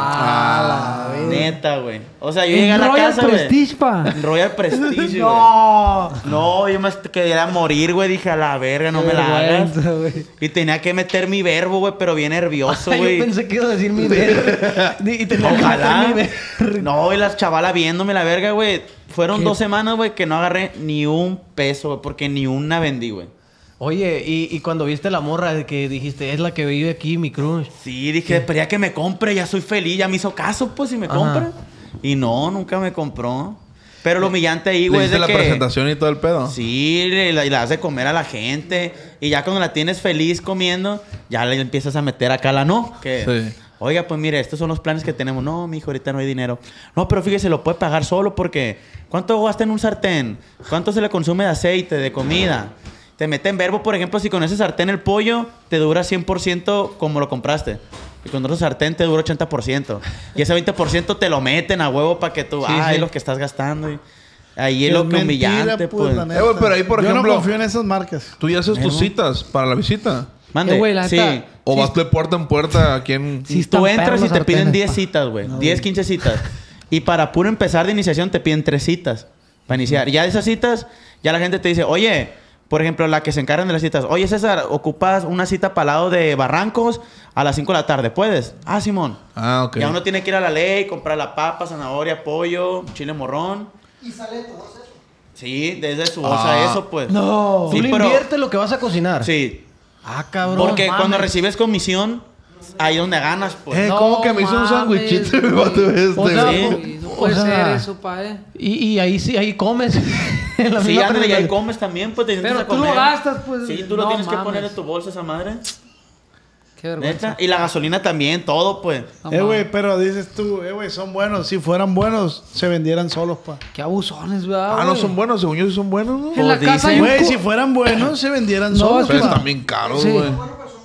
Neta, güey. O sea, yo llegué a la Royal casa, güey. Prestige, pa. Royal Prestige, güey. No. No, yo me quería morir, güey. Dije, a la verga, no me la hagas. Vergüenza, güey. Y tenía que meter mi verbo, güey, pero bien nervioso, Yo güey. pensé que iba a decir mi verga. Y tenía que Ojalá. meter mi verga. No, y las chavalas viéndome la verga, güey. Fueron 2 semanas, güey, que no agarré ni un peso, güey, porque ni una vendí, güey. Oye, y cuando viste la morra de que dijiste, es la que vive aquí, mi crush. Sí, dije, pero ya que me compre, ya soy feliz, ya me hizo caso, pues, y me compra. Y no, nunca me compró. Pero lo humillante ahí, ¿Le güey, es hiciste de la que... presentación y todo el pedo? Sí, y la das de comer a la gente. Y ya cuando la tienes feliz comiendo, ya le empiezas a meter acá la no. Que, Sí. oiga, pues mire, estos son los planes que tenemos. No, mijo, ahorita no hay dinero. No, pero fíjese, lo puede pagar solo porque... ¿Cuánto gasta en un sartén? ¿Cuánto se le consume de aceite, de comida? Te mete en verbo, por ejemplo, si con ese sartén el pollo te dura 100% como lo compraste. Y con otro sartén te dura 80%. Y ese 20% te lo meten a huevo para que tú... es lo que estás gastando. Y ahí es lo que humillante, pues. la neta. güey, pero ahí, por Yo ejemplo- no confío en esas marcas. ¿Tú ya haces tus citas para la visita? Mande. Güey, la sí. neta, ¿O vas de puerta en puerta aquí en...? Sí, están Tú entras perros y los te piden sartenes, 10 pa. citas, güey. 10, 15 citas. Y para puro empezar de iniciación te piden 3 citas para iniciar. Y ya de esas citas, ya la gente te dice, oye, por ejemplo, la que se encargan de las citas. Oye, César, ocupas una cita para el lado de Barrancos a las 5 de la tarde. ¿Puedes? Ah, Simón. Ah, ok. Ya uno tiene que ir a la ley, comprar la papa, zanahoria, pollo, chile morrón. Y sale todo eso. Sí, desde su bolsa eso, pues. No. Sí, Tú le pero- inviertes lo que vas a cocinar. Sí. Ah, cabrón. Porque mames. cuando recibes comisión, ahí donde ganas, pues. No ¿Cómo que me hizo un mames, sándwichito el güey. vato este, O sea, güey? Güey, no puede O sea, ser eso, pa, Y ahí sí, ahí comes. En la Sí, misma ándale, y ahí presentación. comes también, pues te sientas Pero a tú comer. lo gastas, pues. Sí, tú lo No tienes que mames. poner en tu bolsa esa madre. Qué vergüenza. Neta. Y la gasolina también, todo, pues. No Güey, mames. pero dices tú, güey, son buenos. Si fueran buenos, se vendieran solos, pa. Qué abusones, ¿verdad? Ah, no güey? son buenos. Según yo sí son buenos, ¿no? En la Pues casa hay un Güey, cu- si fueran buenos, se vendieran No, solos, Pero pa. están bien caros, Sí. güey.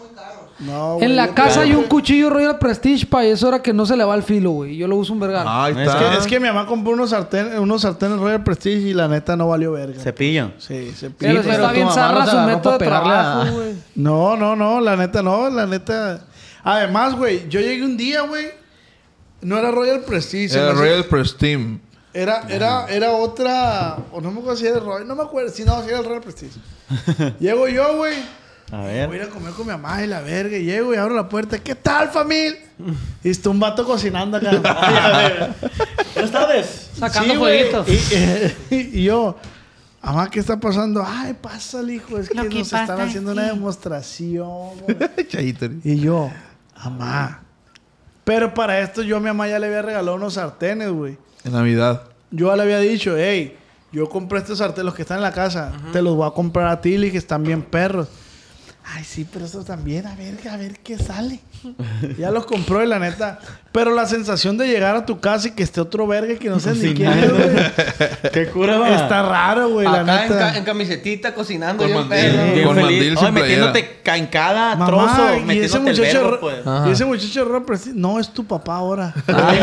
No, güey, En la yo casa creo, hay un güey. cuchillo Royal Prestige, pa, y eso era que no se le va el filo, güey. Yo lo uso un vergal. Ahí Es está. Es que mi mamá compró unos sartenes Royal Prestige y la neta no valió verga. Cepillo. Sí, se pero pide. sí pero está tu bien mamá zarra los su agarró método de pa' pegarle a- trabajo, güey. No, la neta no, la neta. Además, güey, yo llegué un día, güey. No era Royal Prestige. se me Era hace- Royal Prestige. Era otra. O no me acuerdo si era el Royal. No me acuerdo. Si no, si era el Royal Prestige. Llego yo, güey. A Voy a ver. ir a comer con mi mamá y la verga. Y llego y abro la puerta. ¿Qué tal, familia? Y está un vato cocinando acá. Buenas tardes. Sacando Sí, güey. fueguitos. Y yo, mamá, ¿qué está pasando? Ay, pásale, hijo. Es que Lo que nos están pasa haciendo es una que- demostración. güey". Chaito. Y yo, mamá. Pero para esto yo a mi mamá ya le había regalado unos sartenes, güey. En Navidad. Yo ya le había dicho, hey, yo compré estos sartenes, los que están en la casa, te los voy a comprar a ti, le dije, están bien perros. Ay, sí, pero eso también, a ver qué sale. Ya los compró y la neta. Pero la sensación de llegar a tu casa y que esté otro verga que no sé ni quién es, güey. Qué cura, va. Está raro, güey, la Acá neta. en camisetita cocinando. Con bien mandil. perro. Bien Con feliz. mandil sin Ay, metiéndote en cada Mamá, trozo, y ese metiéndote el muchacho, verbo, pues. Ajá. y ese muchacho raro, pero sí, no es tu papá ahora.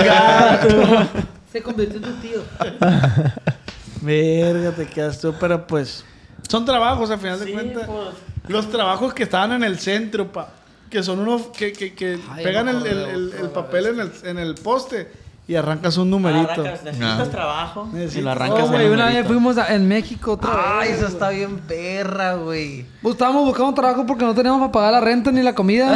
Se convirtió en tu tío. Verga, te quedas tú, pero pues son trabajos al final de Sí, cuentas. pues. Los trabajos que estaban en el centro, que son unos que Ay, pegan no, el papel en el poste y arrancas un numerito. Arrancas, necesitas trabajo y Necesitas- lo arrancas Oh, en güey, una vez numerito. fuimos en México otra Ay, vez. eso está bien perra, güey. Pues estábamos buscando un trabajo porque no teníamos para pagar la renta ni la comida.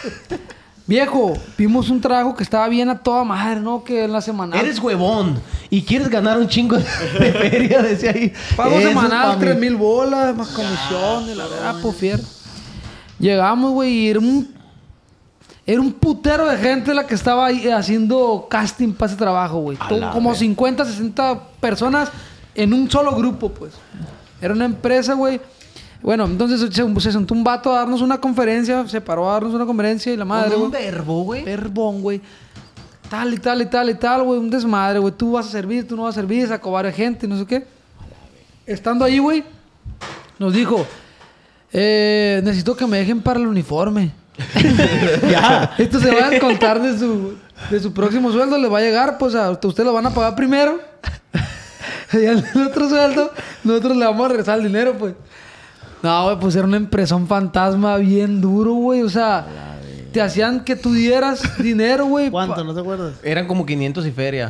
Viejo, vimos un trabajo que estaba bien a toda madre, ¿no? Que en la semanal. Eres huevón y quieres ganar un chingo de feria, decía ahí. Pago Eso es semanal, pa' mí. 3,000 bolas, más comisión, de la verdad, pues fiel. Llegamos, güey, y era un putero de gente la que estaba ahí haciendo casting para ese trabajo, güey. Como 50, 60 personas en un solo grupo, pues. Era una empresa, güey. Bueno, entonces se sentó un vato a darnos una conferencia, se paró a darnos una conferencia y la madre, Con un güey. verbo, güey. Verbón, güey. Tal y tal y tal y tal, güey. Un desmadre, güey. Tú vas a servir, tú no vas a servir, sacó varias gente, no sé qué. Estando ahí, güey, nos dijo, necesito que me dejen para el uniforme. Ya. Esto se va a descontar de su próximo sueldo, le va a llegar, pues a usted lo van a pagar primero. Y al otro sueldo, nosotros le vamos a regresar el dinero, pues. No, güey, pues era una empresón fantasma bien duro, güey. O sea, te hacían que tú dieras dinero, güey. ¿Cuánto? ¿No te acuerdas? Eran como 500 y feria.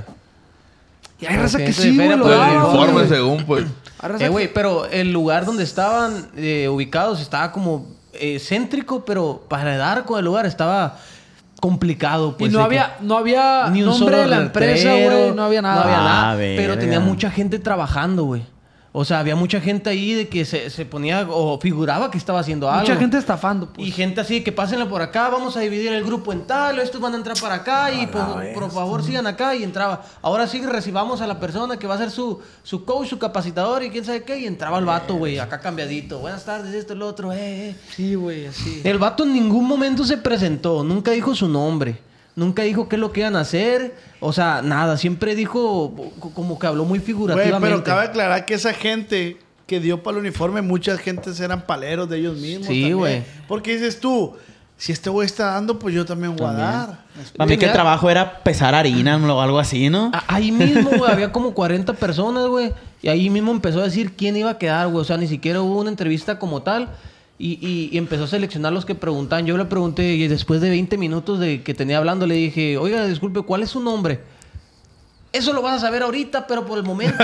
Y hay raza que 500 sí, de güey, feria lo por el daba, Informe güey. según, pues. Hay raza Güey, que- pero el lugar donde estaban ubicados estaba como céntrico, pero para dar con el lugar estaba complicado, pues. y no de que había ni un nombre solo de la empresa, letrero, güey. No había nada. No había nada. Ah, Pero verga. tenía mucha gente trabajando, güey. O sea, había mucha gente ahí de que se ponía o figuraba que estaba haciendo algo. Mucha gente estafando, pues. Y gente así, que pásenla por acá, vamos a dividir el grupo en tal, estos van a entrar para acá y por favor sigan acá y entraba. Ahora sí recibamos a la persona que va a ser su coach, su capacitador y quién sabe qué. Y entraba el vato, güey, acá. Buenas tardes, esto, el otro, Sí, güey, así. El vato en ningún momento se presentó, nunca dijo su nombre, nunca dijo qué es lo que iban a hacer, o sea, nada, siempre dijo como que habló muy Güey, figurativamente. pero cabe aclarar que esa gente que dio para el uniforme, muchas gentes eran paleros de ellos mismos. Sí, también. güey. Porque dices tú, si este güey está dando, pues yo también voy a dar. Para mí que el trabajo era pesar harina o algo así, ¿no? Ahí mismo, güey, había como 40 personas, güey. Y ahí mismo empezó a decir quién iba a quedar, güey. O sea, ni siquiera hubo una entrevista como tal. Y empezó a seleccionar los que preguntaban. Yo le pregunté, y después de 20 minutos de que tenía hablando, le dije, oiga, disculpe, ¿cuál es su nombre? Eso lo vas a saber ahorita, pero por el momento...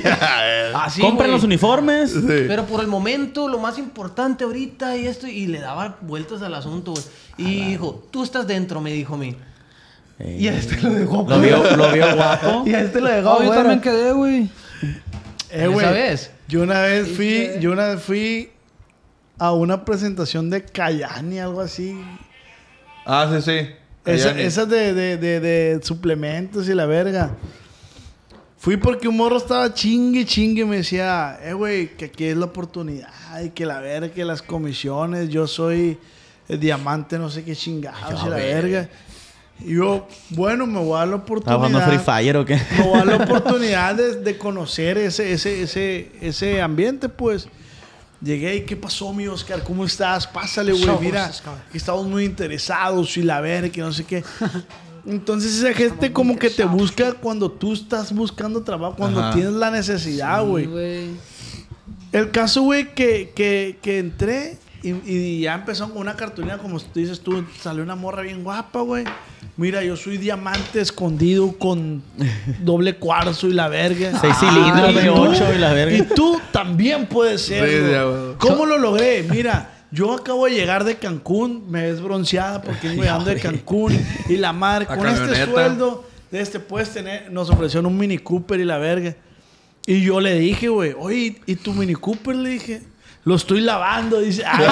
Así, Compren güey. los uniformes. Pero por el momento, lo más importante ahorita y esto... Y le daba vueltas al asunto, güey. Y dijo, tú estás dentro, me dijo a mí. Y a este lo dejó. Lo vio guapo. Y a este lo dejó, Oh, yo güey. también quedé, güey. Güey, ¿Esa vez? yo una vez fui a una presentación de Cayani, algo así. Ah, sí, sí. Esas de suplementos y la verga. Fui porque un morro estaba chingue. Me decía, güey, que aquí es la oportunidad. Y que la verga, que las comisiones. Yo soy el diamante, no sé qué chingados y la verga. Y yo, bueno, me voy a dar la ¿Estaba oportunidad. jugando Free Fire o qué? Me voy a dar la oportunidad de conocer ese ambiente, pues. Llegué y ¿qué pasó, mi Oscar? ¿Cómo estás? Pásale, güey. Mira, que estamos muy interesados y la verga, que no sé qué. Entonces esa gente como que te busca cuando tú estás buscando trabajo, cuando Ajá. tienes la necesidad, güey. El caso, güey, que entré y ya empezó con una cartulina, como tú dices tú, salió una morra bien guapa, güey. Mira, yo soy diamante escondido con doble cuarzo y la verga. 6 cilindros de ¿y tú? 8 y la verga. Y tú también puedes ser. Sí, güey. ya, güey. ¿Cómo lo logré? Mira, yo acabo de llegar de Cancún, me ves bronceada porque vengo llegando de Cancún y la madre, La con este camioneta. sueldo, puedes tener, nos ofrecieron un Mini Cooper y la verga. Y yo le dije, güey, oye, ¿y tu Mini Cooper? Le dije, lo estoy lavando. Dice, ¡ay,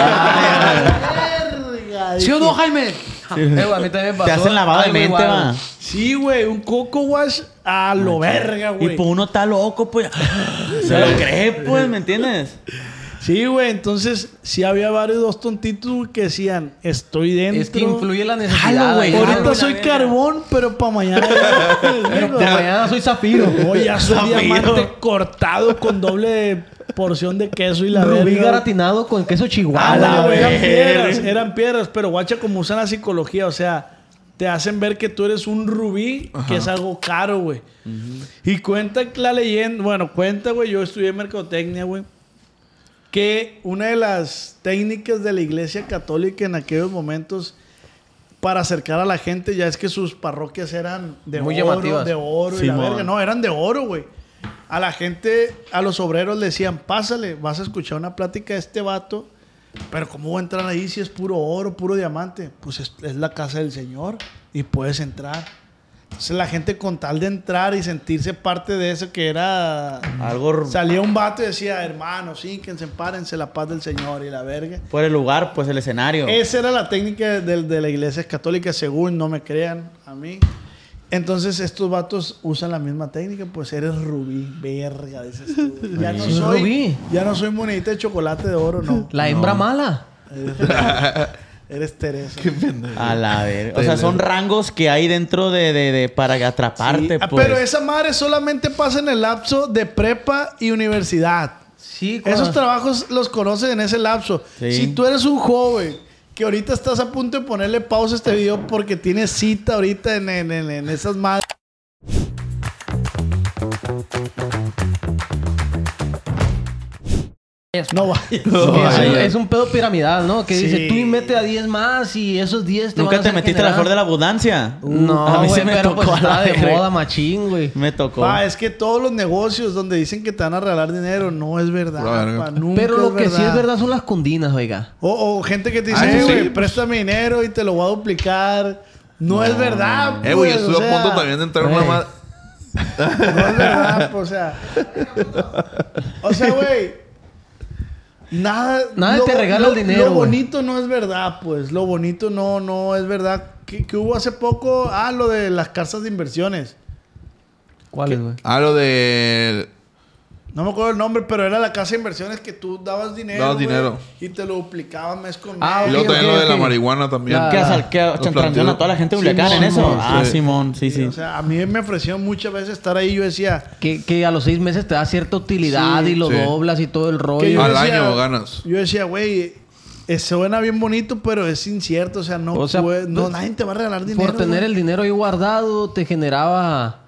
verga! ¿Sí o no, Jaime? Güey, a mí también me pasó. Te hacen lavado de algo mente, igual. va. Sí, güey, un Coco Wash a lo verga, Y güey. pues uno está loco, pues. Se lo cree, pues, ¿me entiendes? Sí, güey. Entonces, sí había varios dos tontitos güey, que decían, estoy dentro. Es que influye la necesidad, Jalo, güey. güey. Ahorita Jalo, soy la verga. carbón, pero para mañana. Pero mañana soy zafiro. Oye, ya soy diamante cortado con doble porción de queso y la Rubí verga. garatinado con queso chihuahua. Ah, la güey, verga. eran piedras, pero guacha como usan la psicología, o sea, te hacen ver que tú eres un rubí, que es algo caro, güey. Y cuenta la leyenda, bueno, cuenta, güey, yo estudié mercadotecnia, güey, que una de las técnicas de la iglesia católica en aquellos momentos para acercar a la gente, ya es que sus parroquias eran de Muy oro, llamativas. de oro y la Simón. verga. No, eran de oro, güey. A la gente, a los obreros le decían, pásale, vas a escuchar una plática de este vato, pero ¿cómo voy a entrar ahí si es puro oro, puro diamante? Pues es la casa del Señor y puedes entrar. Entonces la gente con tal de entrar y sentirse parte de eso que era... Algo Salía un vato y decía, hermanos, síquense, párense, la paz del Señor y la verga. por el lugar, pues el escenario. Esa era la técnica de la iglesia católica, según no me crean a mí. Entonces estos vatos usan la misma técnica, pues eres rubí, verga, dices tú. Ya no Sí, soy, rubí. ya no soy monedita de chocolate de oro, no. La hembra mala. Eres Teresa. A la verga. O sea, son rangos que hay dentro de para atraparte, Sí. Ah, pues. pero esa madre solamente pasa en el lapso de prepa y universidad. Sí, Esos trabajos los conoces en ese lapso. Sí. Si tú eres un joven que ahorita estás a punto de ponerle pausa a este video porque tienes cita ahorita en esas madres. No vayas. Es un pedo piramidal, ¿no? Que Sí. dice, tú y mete a 10 más y esos 10 te ¿Nunca van a te hacer metiste a la generar- flor de la abundancia? No, a mí güey, se me pero tocó pues a la está de verga. moda machín, güey. Me tocó. Pa, es que todos los negocios donde dicen que te van a regalar dinero no es verdad. La verga. Pa, nunca Pero lo que sí es verdad son las condinas, oiga. O gente que te Ah, dice, eso sí, güey, pues. préstame dinero y te lo voy a duplicar. No es verdad, Güey, yo pues, estuve o sea, a punto también de entrar en una güey. madre. No es verdad, pues, o sea, güey. Nada te regala el dinero, Lo güey. bonito no es verdad, pues. Lo bonito no es verdad. Que hubo hace poco, lo de las casas de inversiones. ¿Cuál es, güey? Ah, lo de... No me acuerdo el nombre, pero era la casa de inversiones que tú dabas dinero. Dabas güey, dinero. Y te lo duplicaban mes con mes. Ah, Y luego ok, también lo de la ok. marihuana también. La- ¿Qué Los transacciona planteos. a toda la gente de Culiacán en eso? Simón, Ah, sí. Simón, sí. O sea, a mí me ofrecieron muchas veces estar ahí. Yo decía... Que a los 6 meses te da cierta utilidad Sí, y lo sí. doblas y todo el que rollo. yo Al decía- año ganas. Yo decía, güey, suena bien bonito, pero es incierto. O sea, no, O sea, pues, nadie te va a regalar dinero. Por tener güey. el dinero ahí guardado, te generaba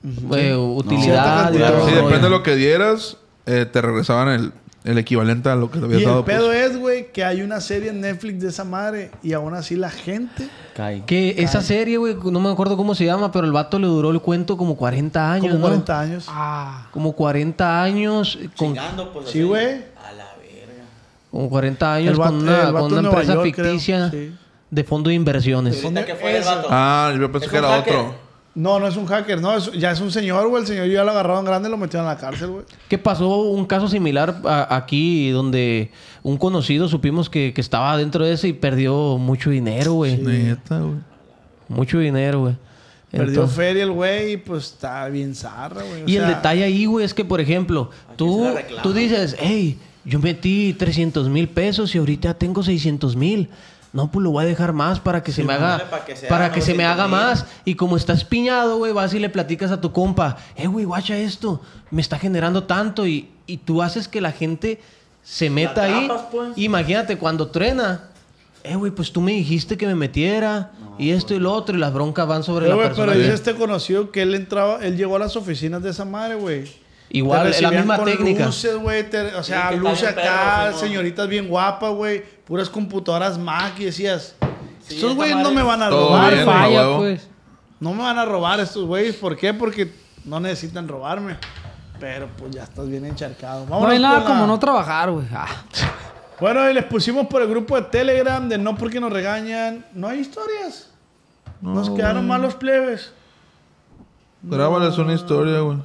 utilidad Cierta y todo cantidad. el Sí, rollo. depende de lo que dieras, te regresaban el equivalente a lo que te habías Y dado. el pedo pues. es, güey, que hay una serie en Netflix de esa madre y aún así la gente... Cae. Que esa serie, güey, no me acuerdo cómo se llama, pero el vato le duró el cuento como 40 años, Como ¿no? 40 años. Ah, Como 40 años con... Chingando, pues. Sí, así. güey. A la verga. Como 40 años El vato- con el una, vato con una en Nueva empresa York, creo. ficticia Sí. de fondo de inversiones. ¿Ahorita qué fue el Ese. vato? Ah, yo pensé ¿Es que un era hacker? otro. No, no es un hacker, no, ya es un señor, güey. El señor ya lo agarraron grande y lo metieron a la cárcel, güey. Que pasó un caso similar aquí donde un conocido supimos que estaba dentro de ese y perdió mucho dinero, güey. Neta, güey. Mucho dinero, güey. Perdió Entonces- feria el güey y pues está bien zarra, güey. O Y el sea, detalle ahí, güey, es que, por ejemplo, se tú la reclama. dices, hey, yo metí 300,000 pesos y ahorita tengo 600,000. No, pues lo voy a dejar más para que se me haga... para que se Para haga que se me haga 900,000. más. Y como estás piñado, güey, vas y le platicas a tu compa. Güey, guacha esto. Me está generando tanto. Y tú haces que la gente se meta ahí. atrapas, pues. Imagínate, cuando truena... güey, pues tú me dijiste que me metiera. Y esto y lo otro. Y las broncas van sobre la güey, persona. pero dice este conocido que él llegó a las oficinas de esa madre, güey. Igual, Te es la recibían misma con técnica. luces, güey. O sea, Sí, que está luces bien acá, perro, Simón. señoritas bien guapas, güey. Puras computadoras Mac y decías... Sí, estos esta güeyes no madre me van a todo robar, bien, pa. a falla, huevo. pues. No me van a robar estos güeyes. ¿Por qué? Porque no necesitan robarme. Pero pues ya estás bien encharcado. No hay Vámonos nada con la- como no trabajar, güey. Ah. Bueno, y les pusimos por el grupo de Telegram de No Porque Nos Regañan. No hay historias. Nos quedaron mal los plebes. Grábales una historia, güey.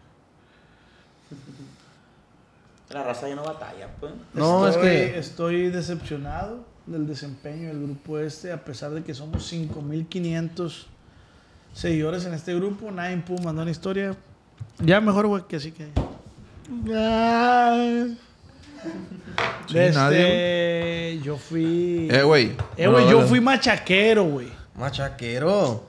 La raza ya no batalla, pues. No, es que... Estoy decepcionado del desempeño del grupo este, a pesar de que somos 5,500 seguidores en este grupo. Nadie pudo mandar una historia. Ya mejor, güey, que así que... Sí, nadie. Yo fui... Güey. güey, yo fui machaquero, güey. Machaquero.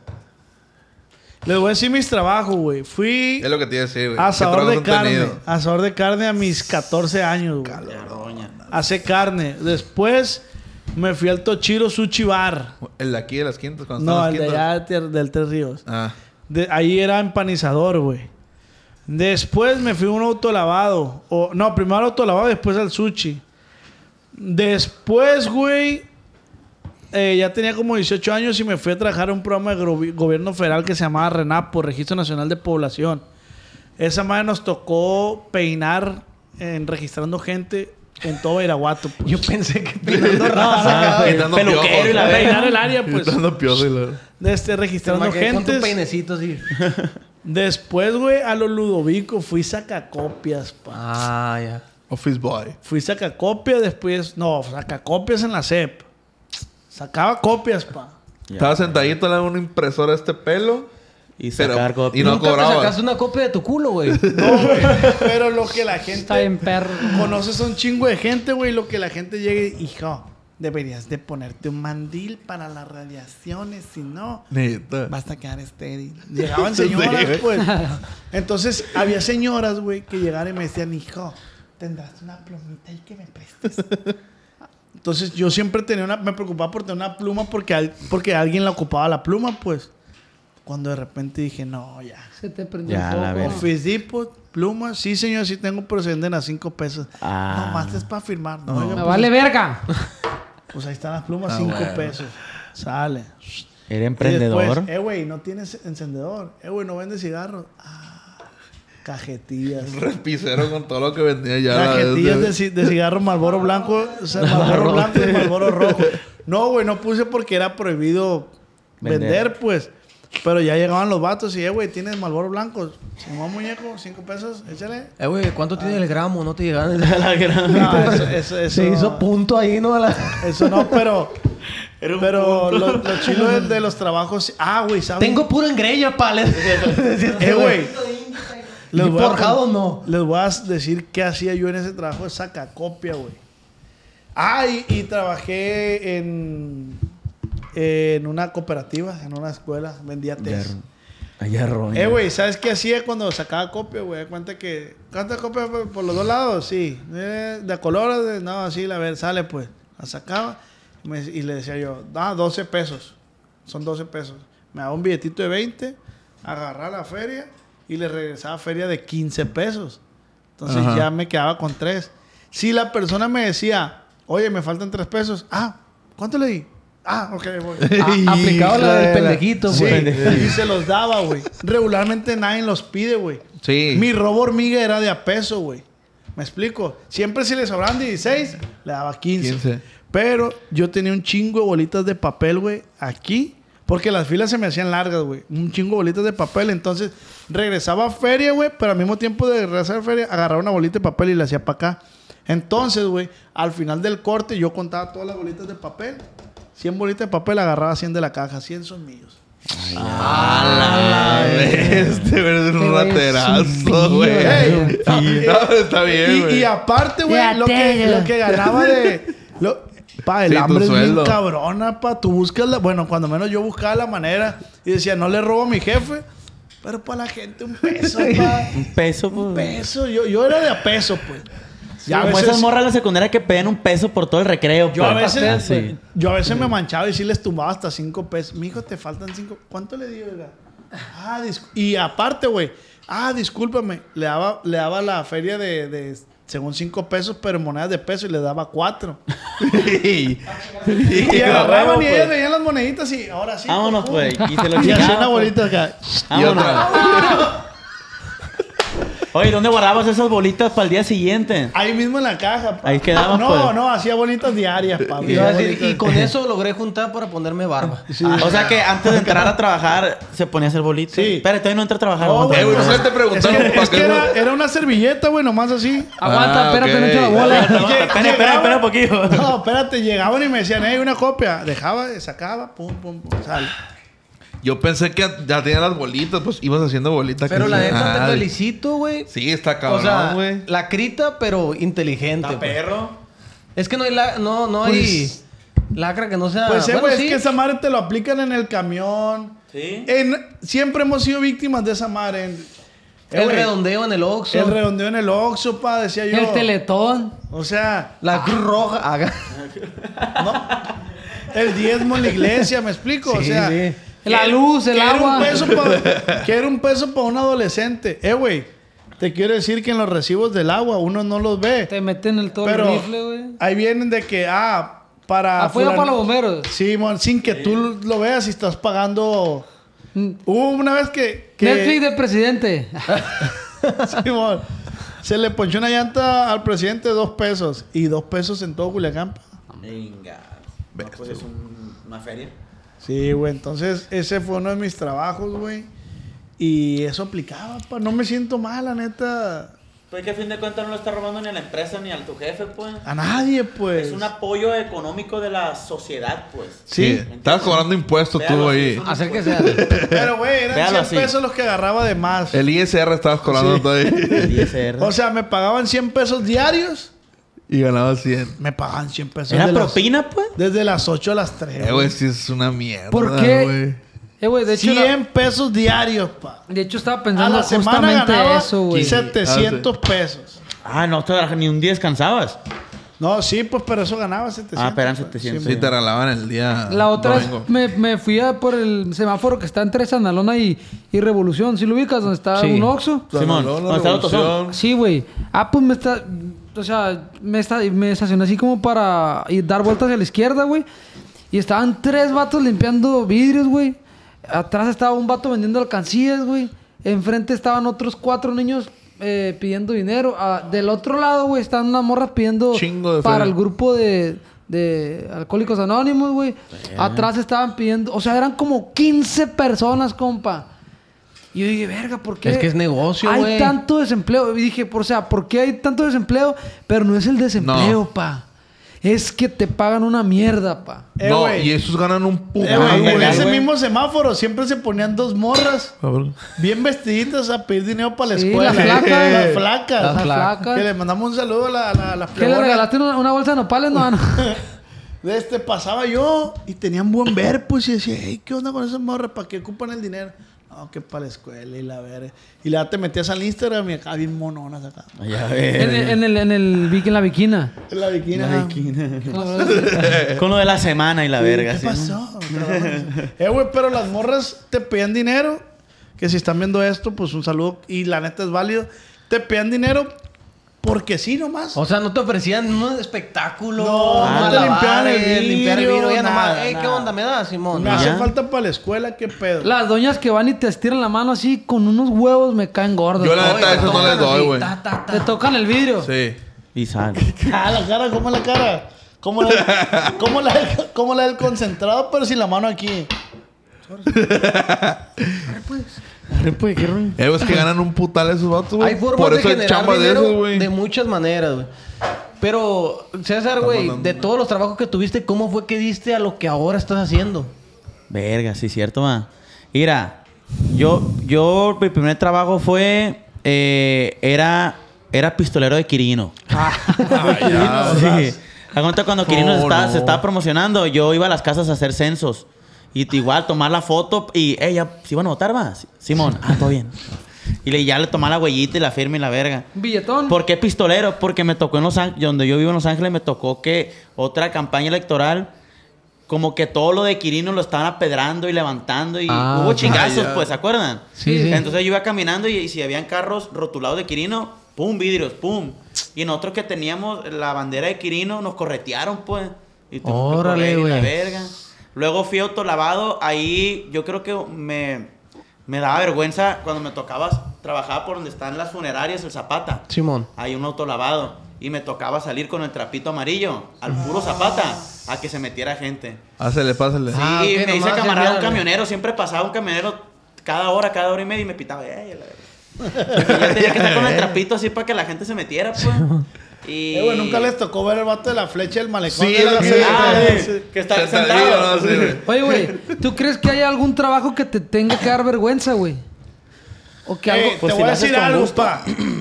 Les voy a decir mis trabajos, güey. Fui Es lo que te iba a decir, güey. asador ¿Qué de trabajos han carne. tenido? Asador de carne a mis 14 años, güey. Hace carne. Después me fui al Tochiro Sushi Bar. El de aquí de las quintas, cuando No, están el las de quintas. allá del Tres Ríos. Ah. Ahí era empanizador, güey. Después me fui a un autolavado. Primero al autolavado, después al sushi. Después, güey, ya tenía como 18 años y me fui a trabajar a un programa de gobierno federal que se llamaba RENAPO, Registro Nacional de Población. Esa madre nos tocó peinar registrando gente en todo Irapuato. Pues. Yo pensé que peinando raza. Quitando peluquero piojos. y la Peinar el área, pues. Quitando piojos y la... Registrando Con tu gente. peinecito así. Después, güey, a los Ludovico fui sacacopias, pa. Ah, ya. Office Boy. Fui sacacopias, después... No, sacacopias en la CEP. Sacaba copias, pa. Estaba sentadito en una impresora pelo. Y Pero- sacar copias. y no Nunca te cobraba. sacaste una copia de tu culo, güey. No, güey. Pero lo que la gente... Está bien perro. Conoces a un chingo de gente, güey. Lo que la gente llegue... Hijo, deberías de ponerte un mandil para las radiaciones. Si no, Neta. vas a quedar estéril. Llegaban señoras, güey. pues. Entonces, había señoras, güey, que llegaban y me decían, hijo, tendrás una plumita ahí que me prestes. Entonces, yo siempre me preocupaba por tener una pluma porque alguien la ocupaba la pluma, pues. Cuando de repente dije, no, ya. Se te prendió Ya, el la foco. verga. Office Depot, pluma. Sí, señor, sí tengo, pero se venden a 5 pesos. Ah. Nomás es para firmar. No, oiga, Me pues, vale verga. pues ahí están las plumas, 5 pesos. Sale. Era Y emprendedor. después, güey, no tienes encendedor. Güey, no vende cigarros. Cajetillas. Un repicero con todo lo que vendía ya. la Cajetillas vez, de cigarro Marlboro blanco. O sea, Marlboro blanco y Marlboro rojo. No, güey, no puse porque era prohibido vender, pues. Pero ya llegaban los vatos y, güey, ¿tienes Marlboro blanco? Simón Muñeco, 5 pesos, échale. Güey, ¿cuánto tiene el gramo? No te llegaban. No, eso, Se hizo punto ahí, ¿no? eso no, pero lo chilo de los trabajos... güey, ¿sabes? Tengo puro engreña, pales. Güey. ¿Y forjado no? Les voy a decir qué hacía yo en ese trabajo de sacacopia, güey. Y trabajé en una cooperativa, en una escuela. Vendía test. Allá roña. Güey, ¿sabes qué hacía cuando sacaba copia, güey? Da cuenta que... ¿Cuántas copias por los dos lados? Sí. ¿De a color? No, sí, la ver, sale pues. La sacaba y le decía yo, 12 pesos. Son 12 pesos. Me daba un billetito de 20, agarraba la feria y le regresaba feria de 15 pesos. Entonces ya me quedaba con 3. Si la persona me decía, oye, me faltan 3 pesos. ¿Cuánto le di? Ok, voy. Aplicado la del pendejito, Sí, güey. y se los daba, güey. Regularmente nadie los pide, güey. Sí. Mi robo hormiga era de a peso, güey. ¿Me explico? Siempre si le sobraban 16, le daba 15. Pero yo tenía un chingo de bolitas de papel, güey, aquí. Porque las filas se me hacían largas, güey. Un chingo de bolitas de papel. Entonces, regresaba a feria, güey. Pero al mismo tiempo de regresar a feria, agarraba una bolita de papel y la hacía para acá. Entonces, güey, al final del corte, yo contaba todas las bolitas de papel. 100 bolitas de papel, agarraba 100 de la caja. 100 son míos. Este güey es un raterazo, güey. Ey, Está bien, güey. Y aparte, güey, Ya lo te- que ganaba de... el Sí, tu hambre es bien sueldo. cabrona, pa. Tú buscas la... Bueno, cuando menos yo buscaba la manera y decía, no le robo a mi jefe, pero para la gente un peso, pa. Un peso, pues. Un peso. Yo era de a peso, pues. Ya Como esas morras de la secundaria que pedían un peso por todo el recreo. Yo a pues. veces... Sí. Yo a veces me manchaba y sí les tumbaba hasta 5 pesos. Mijo, te faltan 5. ¿Cuánto le di, oiga? Y aparte, güey. Discúlpame. Le daba la feria de según 5 pesos, pero en monedas de peso y le daba 4. Y agarraban y ellas veían las moneditas y ahora sí. Vámonos, güey. Y se lo Y hacían chingaban, una pues. bolita acá. Y otra. Oye, ¿dónde guardabas esas bolitas para el día siguiente? Ahí mismo en la caja, pa. Ahí quedaban, No, pues. no, hacía bolitas diarias, pa. Iba a decir, y con eso logré juntar para ponerme barba. O sea que antes de entrar a trabajar se ponía a hacer bolitas. Sí. Espera, todavía no entra a trabajar. No, aguanta. güey, no sé, te preguntaron Es para que qué. era una servilleta, güey, nomás así. Aguanta, espérate, ok. no he hecho la bola. Espera un poquito. No, espérate, llegaban y me decían, una copia. Dejaba, sacaba, pum, sale. Yo pensé que ya tenía las bolitas, pues ibas haciendo bolitas. Pero que la sí. neta te Ay. felicito, güey. Sí, está O cabrón, sea, güey. la crita, pero inteligente. Está pues. perro. Es que no hay hay lacra que no sea... Pues, bueno, güey, sí. es que esa madre te lo aplican en el camión. Sí. Siempre hemos sido víctimas de esa madre. El güey, redondeo en el Oxxo. El redondeo en el Oxxo, pa, decía yo. El Teletón. O sea, La Cruz Roja. el diezmo en la iglesia, ¿me explico? O Sí, sea, sí. La luz, el agua. Que era un peso para un adolescente. Güey, te quiero decir que en los recibos del agua uno no los ve. Te meten el todo el Pero rifle, güey. ahí vienen de que, para... Apoyo para los bomberos. Sí, mon, sin que tú lo veas y estás pagando... Hubo una vez que... Netflix del presidente. Simón, se le ponchó una llanta al presidente de $2 y $2 en todo Culiacán. Venga. No, pues es una feria. Sí, güey. Entonces, ese fue uno de mis trabajos, güey. Y eso aplicaba, pa. No me siento mal, la neta. Pues que a fin de cuentas no le está robando ni a la empresa ni a tu jefe, pues. A nadie, pues. Es un apoyo económico de la sociedad, pues. Sí. Estabas cobrando impuestos tú Véalo así, ahí. es un- Hacer que sea. Pero, güey, eran Véalo 100 así. pesos los que agarraba de más. El ISR estabas cobrando Sí. todo ahí. El ISR. O sea, me pagaban 100 pesos diarios. Y ganabas 100. Me pagaban 100 pesos. ¿Era de las- propina, pues? desde las 8 a las 3. Güey, sí es una mierda. ¿Por qué? güey. Güey, de hecho... 100 pesos diarios, pa. De hecho, estaba A pensando la semana justamente ganaba eso, güey. 700 pesos. Ah, no, ni un día descansabas. No, sí, pues, pero eso ganaba 700. Ah, pero eran pues. 700. Sí, Sí, te regalaban el día. La otra domingo. vez me fui por el semáforo que está entre Sanalona y Revolución. ¿Sí lo ubicas? Donde está Sí. un Oxxo. Simón, ¿dónde está el Autosón? Sí, güey. Pues me estacioné así como para dar vueltas hacia la izquierda, güey. Y estaban 3 vatos limpiando vidrios, güey. Atrás estaba un vato vendiendo alcancías, güey. Enfrente estaban otros 4 niños pidiendo dinero. Del otro lado, güey, estaban unas morras pidiendo Chingo de para feria. el grupo de Alcohólicos Anónimos, güey. Atrás estaban pidiendo... O sea, eran como 15 personas, compa. Y yo dije, verga, ¿por qué? Es que es negocio, hay güey. tanto desempleo. Y dije, ¿por qué hay tanto desempleo? Pero no es el desempleo, No. pa. Es que te pagan una mierda, pa. No, güey. y esos ganan un puto. Güey, en güey. ese mismo semáforo siempre se ponían 2 morras Cabrón. bien vestiditas a pedir dinero para la Sí, escuela. las flacas. Las flacas. Las Las flacas. flacas. Que le mandamos un saludo a las ¿Qué le plebonas. regalaste una bolsa de nopales? No, no. Pasaba yo y tenían buen ver, pues, y decía, hey, ¿qué onda con esas morras? ¿Para qué ocupan el dinero? No, que para la escuela y la verga. Y luego te metías al Instagram y acá bien mononas acá. Ya ves. En la viquina. En la viquina. Con lo de la semana y la verga. ¿Qué ¿sí? pasó? Güey, pero las morras te pedían dinero. Que si están viendo esto, pues un saludo. Y la neta es válido. Te pedían dinero porque sí nomás. O sea, no te ofrecían un espectáculo. No, no te limpiaban el limpiar el vidrio, vidrio. Ya nada, nomás, ¿qué nada. onda me da, Simón? Me Ah. hace ya. falta para la escuela, ¿qué pedo? Las doñas que van y te estiran la mano así con unos huevos me caen gordos. Yo la Oye, neta, eso no tocan les doy, así, güey. ta, ta, ta. Te tocan el vidrio. Sí. Y sal. Ah, la cara, ¿cómo es la cara? ¿Cómo la del concentrado, pero sin la mano aquí? Es que ganan un putal esos vatos, güey. Hay formas Por de eso hay generar chamba de dinero esos, güey. de muchas maneras, güey. Pero, César, güey, de todos los trabajos que tuviste, ¿cómo fue que diste a lo que ahora estás haciendo? Verga, sí, cierto, ma. Mira, mi primer trabajo fue... era pistolero de Quirino. Sí. A cuenta cuando Quirino se estaba promocionando, yo iba a las casas a hacer censos. Y igual tomar la foto y... ya, ¿sí van a votar, va? Simón. Todo bien. Y ya le tomaba la huellita y la firma y la verga. Billetón. ¿Por qué pistolero? Porque me tocó en Los Ángeles, donde yo vivo en Los Ángeles, me tocó que otra campaña electoral, como que todo lo de Quirino lo estaban apedrando y levantando y hubo chingazos, pues, ¿se acuerdan? Sí, sí. Entonces yo iba caminando y si habían carros rotulados de Quirino, pum, vidrios, pum. Y nosotros que teníamos la bandera de Quirino, nos corretearon, pues. Y tuvimos que Órale, correr y la güey. verga. Luego fui autolavado, ahí yo creo que me daba vergüenza cuando me tocaba, trabajaba por donde están las funerarias, el Zapata. Simón. Hay un autolavado. Y me tocaba salir con el trapito amarillo al puro Zapata a que se metiera gente. Pásale. Sí, Ah, ok, me hice nomás camarada un enviarle. camionero. Siempre pasaba un camionero cada hora y media y me pitaba. Ya tenía que estar con el trapito así para que la gente se metiera, pues. Y... Güey, nunca les tocó ver el vato de la flecha del malecón. Sí, de la es lo que- gasolina? sí. Que está Sentadillo, sentado. ¿no? Sí, güey. Oye, güey, ¿tú crees que hay algún trabajo que te tenga que dar vergüenza, güey? O que algo... pues, te si voy a lo haces decir con algo, gusto. pa.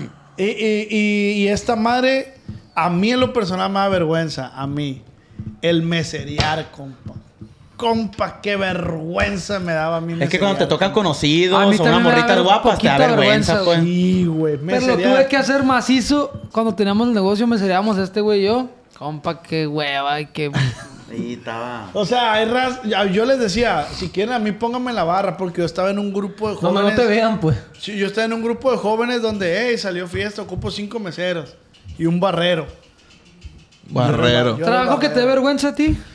Y esta madre, a mí en lo personal me da vergüenza. A mí. El meserear, compa. Compa, qué vergüenza me daba a mí Es que cuando te meserear, tocan compa. conocidos A mí o unas también me da morritas guapas, te da poquita vergüenza, vergüenza, pues. Sí, güey. Pero lo meserear. tuve que hacer macizo cuando teníamos el negocio, mesereábamos este güey y yo. Compa, qué hueva y qué... Y estaba... O sea, yo les decía, si quieren a mí pónganme en la barra, porque yo estaba en un grupo de No, jóvenes. no te vean, pues. Sí, yo estaba en un grupo de jóvenes donde, hey, salió fiesta, ocupo 5 meseros y un barrero. Barrero. Yo- ¿Trabajo que te dé vergüenza a ti?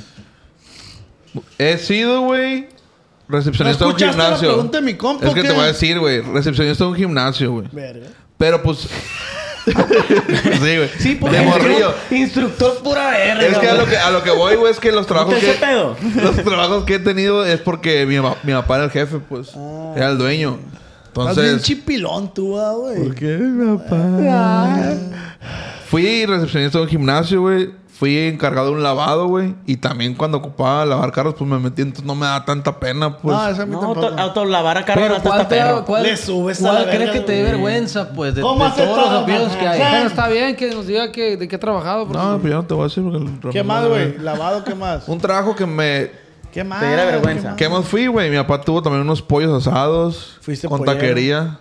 He sido, güey, recepcionista ¿No de un escuchaste la gimnasio. pregunta de mi compa, Es o que qué? te voy a decir, güey, recepcionista de un gimnasio, güey. Verga. Pero pues... sí, güey. Sí, de morrillo. Instructor pura verga. Es que a lo que voy, güey, es que los trabajos ¿Ese pedo? los trabajos que he tenido es porque mi papá era el jefe, pues. Era el dueño. Estás bien Entonces, chipilón tú, güey. ¿por qué mi papá? Fui recepcionista de un gimnasio, güey. Fui encargado de un lavado, güey. Y también cuando ocupaba lavar carros, pues me metí. Entonces no me da tanta pena, pues. No, esa a mí No, tampoco. autolavar a carro Pero no ¿cuál está te da- perro. cuál- Le subes a cuál la crees verga, que te dé güey. vergüenza, pues? De ¿Cómo has todos los estado, amigos que hay. mamá? Pero está bien que nos diga de qué ha trabajado. porque- No, pues yo no te voy a decir porque... el ¿Qué Ramón más, no güey? ve. Lavado, ¿qué más? Un trabajo que me... ¿Qué más? Te diera vergüenza. ¿Qué más? ¿Qué más fui, güey? Mi papá tuvo también unos pollos asados. Fuiste con pollero. taquería.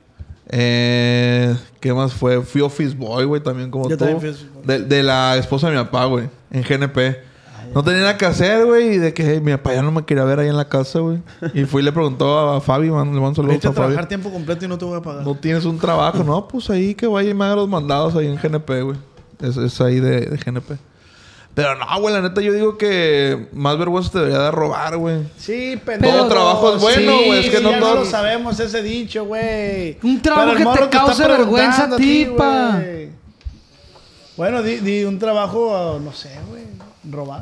¿Qué más fue? Fui office boy, güey, también como Yo tú. también fui office boy. De la esposa de mi papá, güey. En GNP. No tenía nada que hacer, güey. Y de que hey, mi papá ya no me quería ver ahí en la casa, güey. Y fui y le preguntó a Fabi, man, le mando saludos Vete a a Fabi. trabajar tiempo completo y no te voy a pagar. No tienes un trabajo. No, pues ahí que vaya y me haga los mandados ahí en GNP, güey. Es ahí de GNP. Pero no, güey, la neta yo digo que más vergüenza te debería dar robar, güey. Sí, pendejo. Todo trabajo es bueno, Sí, güey. Es que sí, no ya todo... lo sabemos ese dicho, güey. Un trabajo Pero el que morro te está cause vergüenza a preguntando ti, pa. güey. Bueno, di un trabajo, no sé, güey. Robar.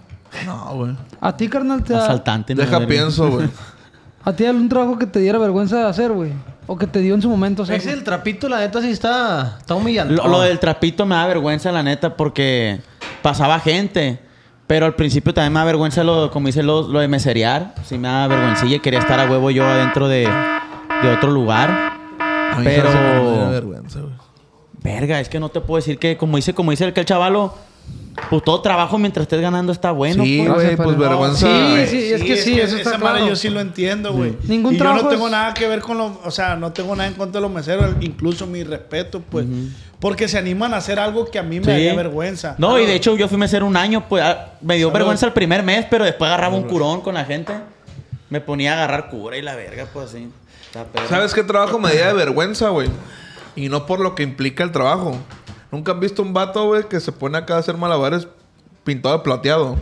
No, güey. A ti, carnal, Asaltante. no, Deja verga. pienso, güey. ¿A ti algún trabajo que te diera vergüenza de hacer, güey? O que te dio en su momento hacer. Ese el trapito, la neta, sí está humillante. Lo del trapito me da vergüenza, la neta, porque pasaba gente. Pero al principio también me da vergüenza, como dice, lo de meserear. Sí me da vergüencilla y quería estar a huevo yo adentro de otro lugar. A mí Pero- se me hace que me da vergüenza, güey. Verga, es que no te puedo decir que, como dice el chavalo, pues todo trabajo mientras estés ganando está bueno. Sí, pues. güey, pues vergüenza. Sí, sí, es que sí, eso está esa madre claro. yo sí lo entiendo, güey. Ningún y yo no trabajo tengo es- nada que ver con los... O sea, no tengo nada en contra de los meseros. Incluso mi respeto, pues. Porque se animan a hacer algo que a mí me Sí. daría vergüenza. No, y de hecho yo fui mesero un año, pues me dio Salud. vergüenza el primer mes, pero después agarraba un curón con la gente. Me ponía a agarrar cura y la verga, pues así. Está perro. ¿Sabes qué trabajo me daría de vergüenza, güey? Y no por lo que implica el trabajo. ¿Nunca han visto un vato, güey, que se pone acá a hacer malabares pintado de plateado?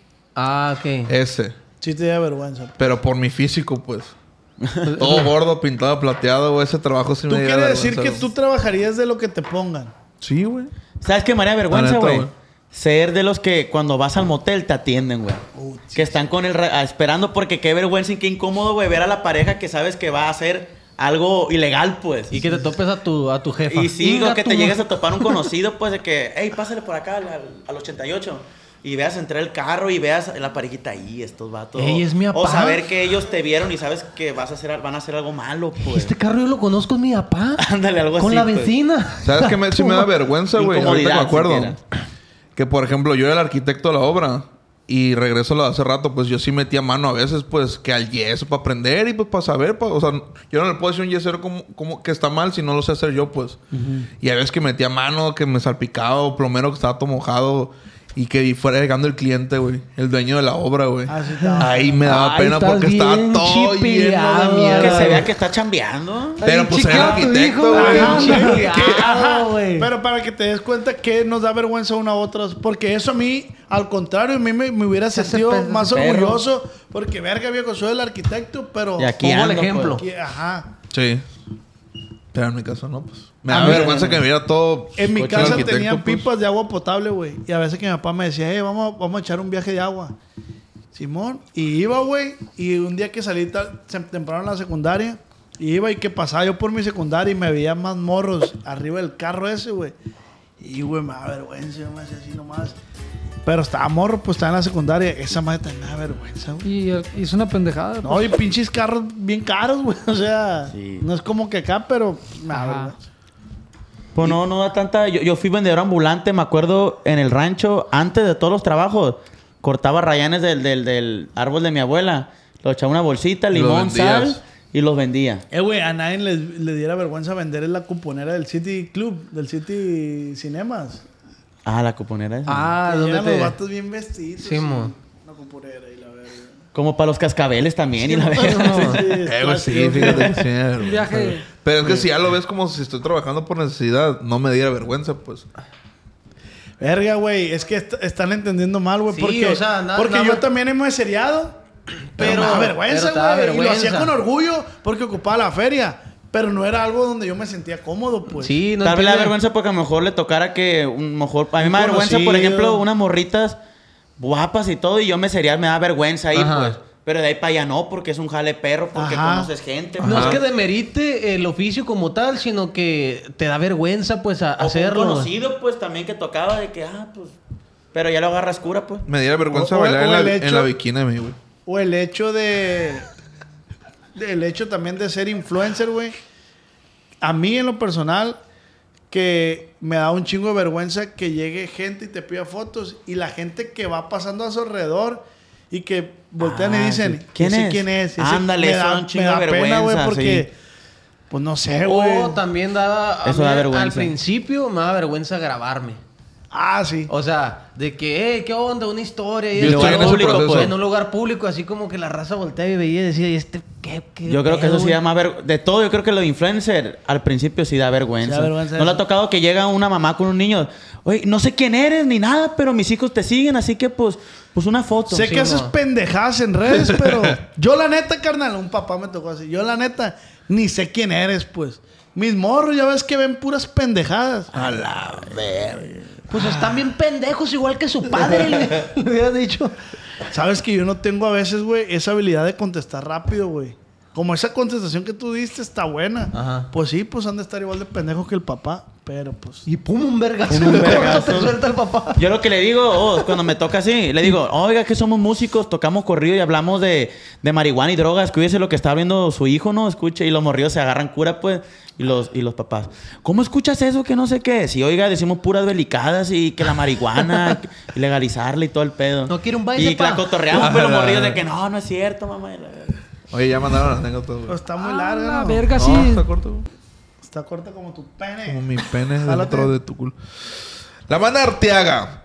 Ah, ok. Ese. Sí te da vergüenza. Pero por mi físico, pues. Todo gordo, pintado de plateado, güey. Ese trabajo sí ¿Tú me daría quieres vergüenza, decir que güey. tú trabajarías de lo que te pongan? Sí, güey. ¿Sabes qué me haría vergüenza, La neta, güey? güey. Ser de los que cuando vas al motel te atienden, güey. Que están con esperando porque qué vergüenza y qué incómodo, güey, ver a la pareja que sabes que va a hacer algo ilegal, pues. Y que te topes a tu jefa. Y sí, Inga o que tu te ma- llegues a topar un conocido, pues, de que, hey, pásale por acá al 88. Y veas entrar el carro y veas la parejita ahí, estos vatos. Ey, es mi O papá. saber que ellos te vieron y sabes que van a hacer algo malo, pues. Este carro yo lo conozco, es mi papá. Ándale, algo Con así, la pues. vecina. ¿Sabes qué sí me da vergüenza, güey? Ahorita que me Incomodidad, acuerdo. siquiera. Que, por ejemplo, yo era el arquitecto de la obra. Y regreso a lo de hace rato, pues yo sí metía mano a veces, pues, que al yeso para aprender y pues para saber, o sea, yo no le puedo decir a un yesero como que está mal si no lo sé hacer yo, pues. Y a veces que metía mano, que me salpicaba, o plomero que estaba todo mojado y que fuera llegando el cliente, güey, el dueño de la obra, güey. Ah, sí, está. Ahí me daba Ay, pena estás porque estaba bien todo lleno de chipeado, mierda. Que se güey. vea que está chambeando. Pero pues era el chiqueado tu arquitecto, hijo, güey. ajá, Ajá, güey. pero para que te des cuenta que nos da vergüenza una a otras. Porque eso a mí, al contrario, a mí me hubiera Se hace sentido pe- más perro. orgulloso. Porque, verga, viejo, soy el arquitecto, pero... Y aquí Pongo el ando, ejemplo. pues. Ajá. Sí. Pero en mi caso no, pues. Me A da mí- vergüenza que me viera todo... En mi coche casa arquitecto, tenían pues. pipas de agua potable, güey. Y a veces que mi papá me decía, vamos a echar un viaje de agua. Simón. Y iba, güey. Y un día que salí temprano en la secundaria, iba y que pasaba yo por mi secundaria y me veía más morros arriba del carro ese, güey. Y, güey, me da vergüenza, yo me hacía así nomás. Pero estaba morro, pues estaba en la secundaria. Esa madre también me da vergüenza, güey. Y hizo una pendejada. No, y pinches carros bien caros, güey. O sea, Sí. no es como que acá, pero me da Ajá. vergüenza. Pues no da tanta... Yo fui vendedor ambulante, me acuerdo, en el rancho, antes de todos los trabajos. Cortaba rayanes del árbol de mi abuela. Lo echaba en una bolsita, Y los limón, vendías. sal, y los vendía. Güey, a nadie le diera vergüenza vender en la cuponera del City Club, del City Cinemas. Ah, la cuponera esa. Ah, Que ¿dónde llegan te...? los vatos bien vestidos. Sí, mo. Una cuponera y la verga. Como para los cascabeles también, y la verdad. Güey, sí, fíjate que sí, me da Un vergüenza, viaje. güey. Pero es que si ya lo ves como si estoy trabajando por necesidad, no me diera vergüenza, pues. Verga, güey, es que están entendiendo mal, güey. Sí, porque o sea, porque nada yo más- también hemos seriado. Pero me da vergüenza, pero te da güey. Y lo vergüenza. hacía con orgullo porque ocupaba la feria. Pero no era algo donde yo me sentía cómodo, pues. Sí, no Tal vez le da entiende. vergüenza porque a lo mejor le tocara que... A mí me da vergüenza, por conocido. ejemplo, unas morritas guapas y todo. Y yo me da vergüenza ahí, Ajá. pues. Pero de ahí para allá no, porque es un jale perro, porque Ajá. conoces gente. No Ajá. es que demerite el oficio como tal, sino que te da vergüenza, pues, O hacerlo. un conocido, pues, también que tocaba de que, pues... Pero ya lo agarras cura, pues. Me diera vergüenza O bailar el en hecho- la bikini, a mí, güey. O el hecho el hecho también de ser influencer, güey. A mí, en lo personal, que me da un chingo de vergüenza que llegue gente y te pida fotos y la gente que va pasando a su alrededor y que voltean y dicen, sí. ¿Quién "Ese es? ¿Quién es?" Ese Ándale, me eso da, da un chingo me da de pena, güey, vergüenza, porque, sí. pues no sé, güey. O también daba... a Eso mí, da vergüenza. Al principio me da vergüenza grabarme. Ah, sí. O sea, de que, ¿qué onda? Una historia. Y Yo esto, estoy en ese público, proceso. pues, en un lugar público, así como que la raza voltea y veía y decía, ¿y este qué Yo creo que eso sí pedo, da más vergüenza. De todo, yo creo que lo de influencer al principio sí da vergüenza. Sí da vergüenza ¿No le ha eso. tocado que llega una mamá con un niño? Oye, no sé quién eres ni nada, pero mis hijos te siguen, así que pues una foto. Sé sí, que haces no. pendejadas en redes, pero yo la neta, carnal, un papá me tocó así. Yo la neta, ni sé quién eres, pues. Mis morros, ya ves que ven puras pendejadas. A la verga. Pues están bien pendejos, igual que su padre, le hubieras dicho. Sabes que yo no tengo a veces, güey, esa habilidad de contestar rápido, güey. Como esa contestación que tú diste está buena. Ajá. Pues sí, pues han de estar igual de pendejos que el papá. Pero pues... Y pum, un vergazo. Un en corto vergazo. te suelta el papá. Yo lo que le digo, cuando me toca así, le digo, oiga, que somos músicos, tocamos corrido y hablamos de marihuana y drogas. Cuídese lo que está viendo su hijo, ¿no? Escuche. Y los morridos se agarran cura, pues. Y los papás, ¿cómo escuchas eso? Que no sé qué. Si, oiga, decimos puras delicadas y que la marihuana, y legalizarla y todo el pedo. ¿No quiere un baile, Y pa? la cotorreamos, pero los morridos de que no es cierto, mamá. Y la verga. Oye, ya mandaron las anécdotas, güey. Pues está muy Ah, larga, la ¿no? verga, sí. No, está corto, güey. Está corta como tu pene. Como mi pene Jálate. dentro de tu culo. La manda Arteaga.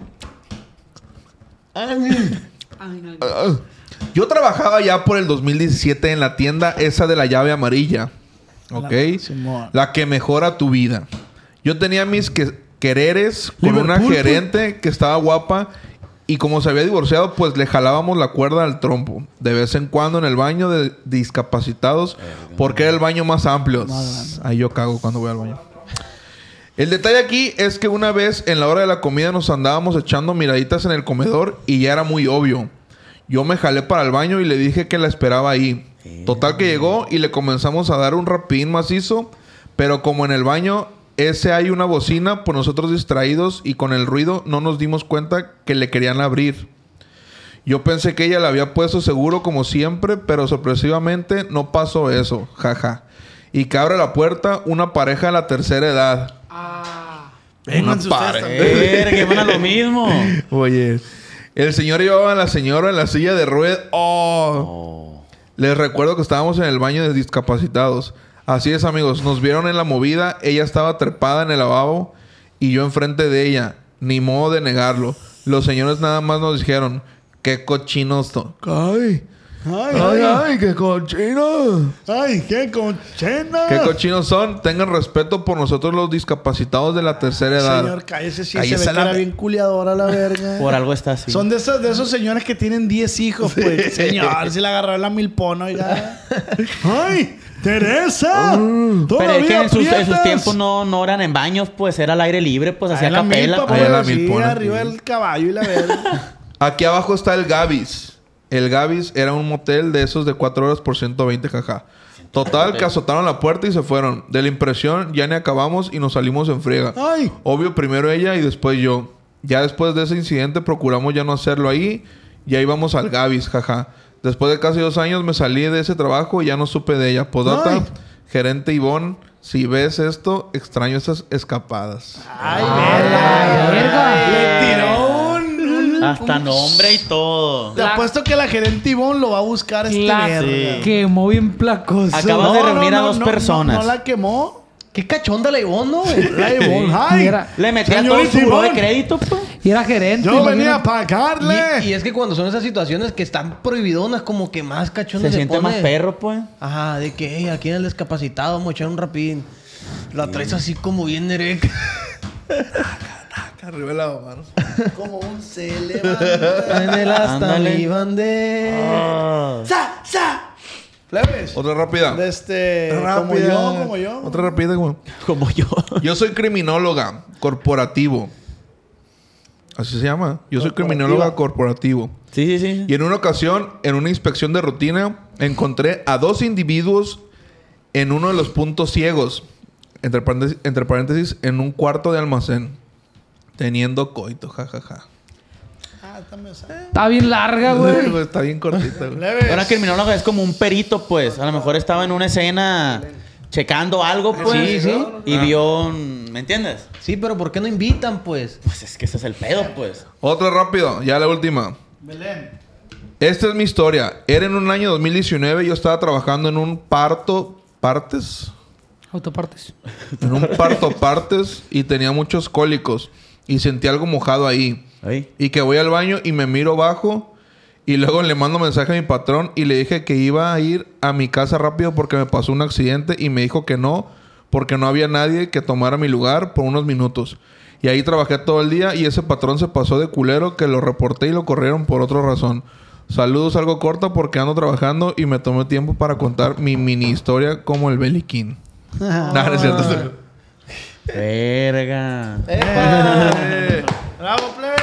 Yo trabajaba ya por el 2017 en la tienda esa de la llave amarilla. ¿Ok? Simón. La que mejora tu vida. Yo tenía mis quereres con una Liverpool, gerente que estaba guapa. Y como se había divorciado, pues le jalábamos la cuerda al trompo. De vez en cuando en el baño de discapacitados. Porque era el baño más amplio. Ahí yo cago cuando voy al baño. El detalle aquí es que una vez en la hora de la comida nos andábamos echando miraditas en el comedor y ya era muy obvio. Yo me jalé para el baño y le dije que la esperaba ahí. Total que llegó y le comenzamos a dar un rapidín macizo, pero como en el baño ese hay una bocina, pues nosotros distraídos y con el ruido no nos dimos cuenta que le querían abrir. Yo pensé que ella la había puesto seguro como siempre, pero sorpresivamente no pasó eso, jaja. Y que abre la puerta una pareja de la tercera edad. Vénganse Una ustedes pared. también. Verga, que van a lo mismo. Oye, el señor llevaba a la señora en la silla de ruedas. ¡Oh! Les recuerdo que estábamos en el baño de discapacitados. Así es, amigos. Nos vieron en la movida. Ella estaba trepada en el lavabo y yo enfrente de ella. Ni modo de negarlo. Los señores nada más nos dijeron, ¡qué cochinos son! ¡Ay! ¡Ay, qué cochinos! ¡Ay, qué conchena! ¡Qué cochinos son! Tengan respeto por nosotros los discapacitados de la tercera edad. Señor, cállese. Sí, Cállese se ve la que era ve- bien culiadora la verga. Por algo está así. Son de esos señores que tienen 10 hijos, pues. Señor, si le agarró la milpona, oiga. ¡Ay! ¡Teresa! Pero es que en sus aprietas! tiempos no eran en baños, pues era al aire libre, pues hacía Ahí la capela. milpa, pues. Ahí la pues, sí, milpona. arriba del caballo y la verga. Aquí abajo está el Gavis. El Gavis era un motel de esos de 4 horas por 120, jaja. Total, que azotaron la puerta y se fueron. De la impresión, ya ni acabamos y nos salimos en friega. Ay. Obvio, primero ella y después yo. Ya después de ese incidente, procuramos ya no hacerlo ahí. Ya íbamos al Gavis, jaja. Después de casi 2 años me salí de ese trabajo y ya no supe de ella. Podata, Ay. gerente Ivonne, si ves esto, extraño esas escapadas. Ay, verga. Le tiró Hasta nombre y todo. Te apuesto que la gerente Ivonne lo va a buscar La verga. quemó bien placoso. Acabas de reunir a 2 personas. No la quemó. Qué cachonda la Ivonne, ¿no, güey? La Ivonne. Y Ay. era, Le metía todo Señorita su buro de Ivonne. crédito, pues. y era gerente. Yo venía imagínate. a pagarle. Y es que cuando son esas situaciones que están prohibidonas, como que más cachonda Se siente pone. más perro, pues. Ajá, de que "Ey, aquí en el discapacitado vamos a echar un rapidín. La traes así como bien nereca. Arriba la mano. Como un se levanta. En el hasta Ándale. mi bandera. ¡Sa! ¡Sa! Plebes. Otra rápida. Como yo. Otra rápida, como... Como yo. Yo soy criminóloga corporativo. Así se llama. Yo soy criminóloga corporativo. Sí, sí, sí. Y en una ocasión, en una inspección de rutina, encontré a 2 individuos en uno de los puntos ciegos. Entre paréntesis, en un cuarto de almacén. Teniendo coito, jajaja. Ah, también sabe. Está bien larga, güey. Está bien cortita, güey. Plebes. Una criminóloga es como un perito, pues. A lo mejor estaba en una escena checando algo, pues. Sí, sí. Y vio... ¿Me entiendes? Sí, pero ¿por qué no invitan, pues? Pues es que ese es el pedo, pues. Otra rápido, ya la última. Belén. Esta es mi historia. Era en un año 2019. Yo estaba trabajando en un partes. Autopartes. En un partes y tenía muchos cólicos. Y sentí algo mojado ahí. Ahí. Y que voy al baño y me miro bajo. Y luego le mando mensaje a mi patrón y le dije que iba a ir a mi casa rápido porque me pasó un accidente. Y me dijo que no, porque no había nadie que tomara mi lugar por unos minutos. Y ahí trabajé todo el día y ese patrón se pasó de culero que lo reporté y lo corrieron por otra razón. Saludos, algo corta porque ando trabajando y me tomé tiempo para contar mi mini historia como el Beliquín. No, no es cierto. Verga. ¡Bravo, plebe!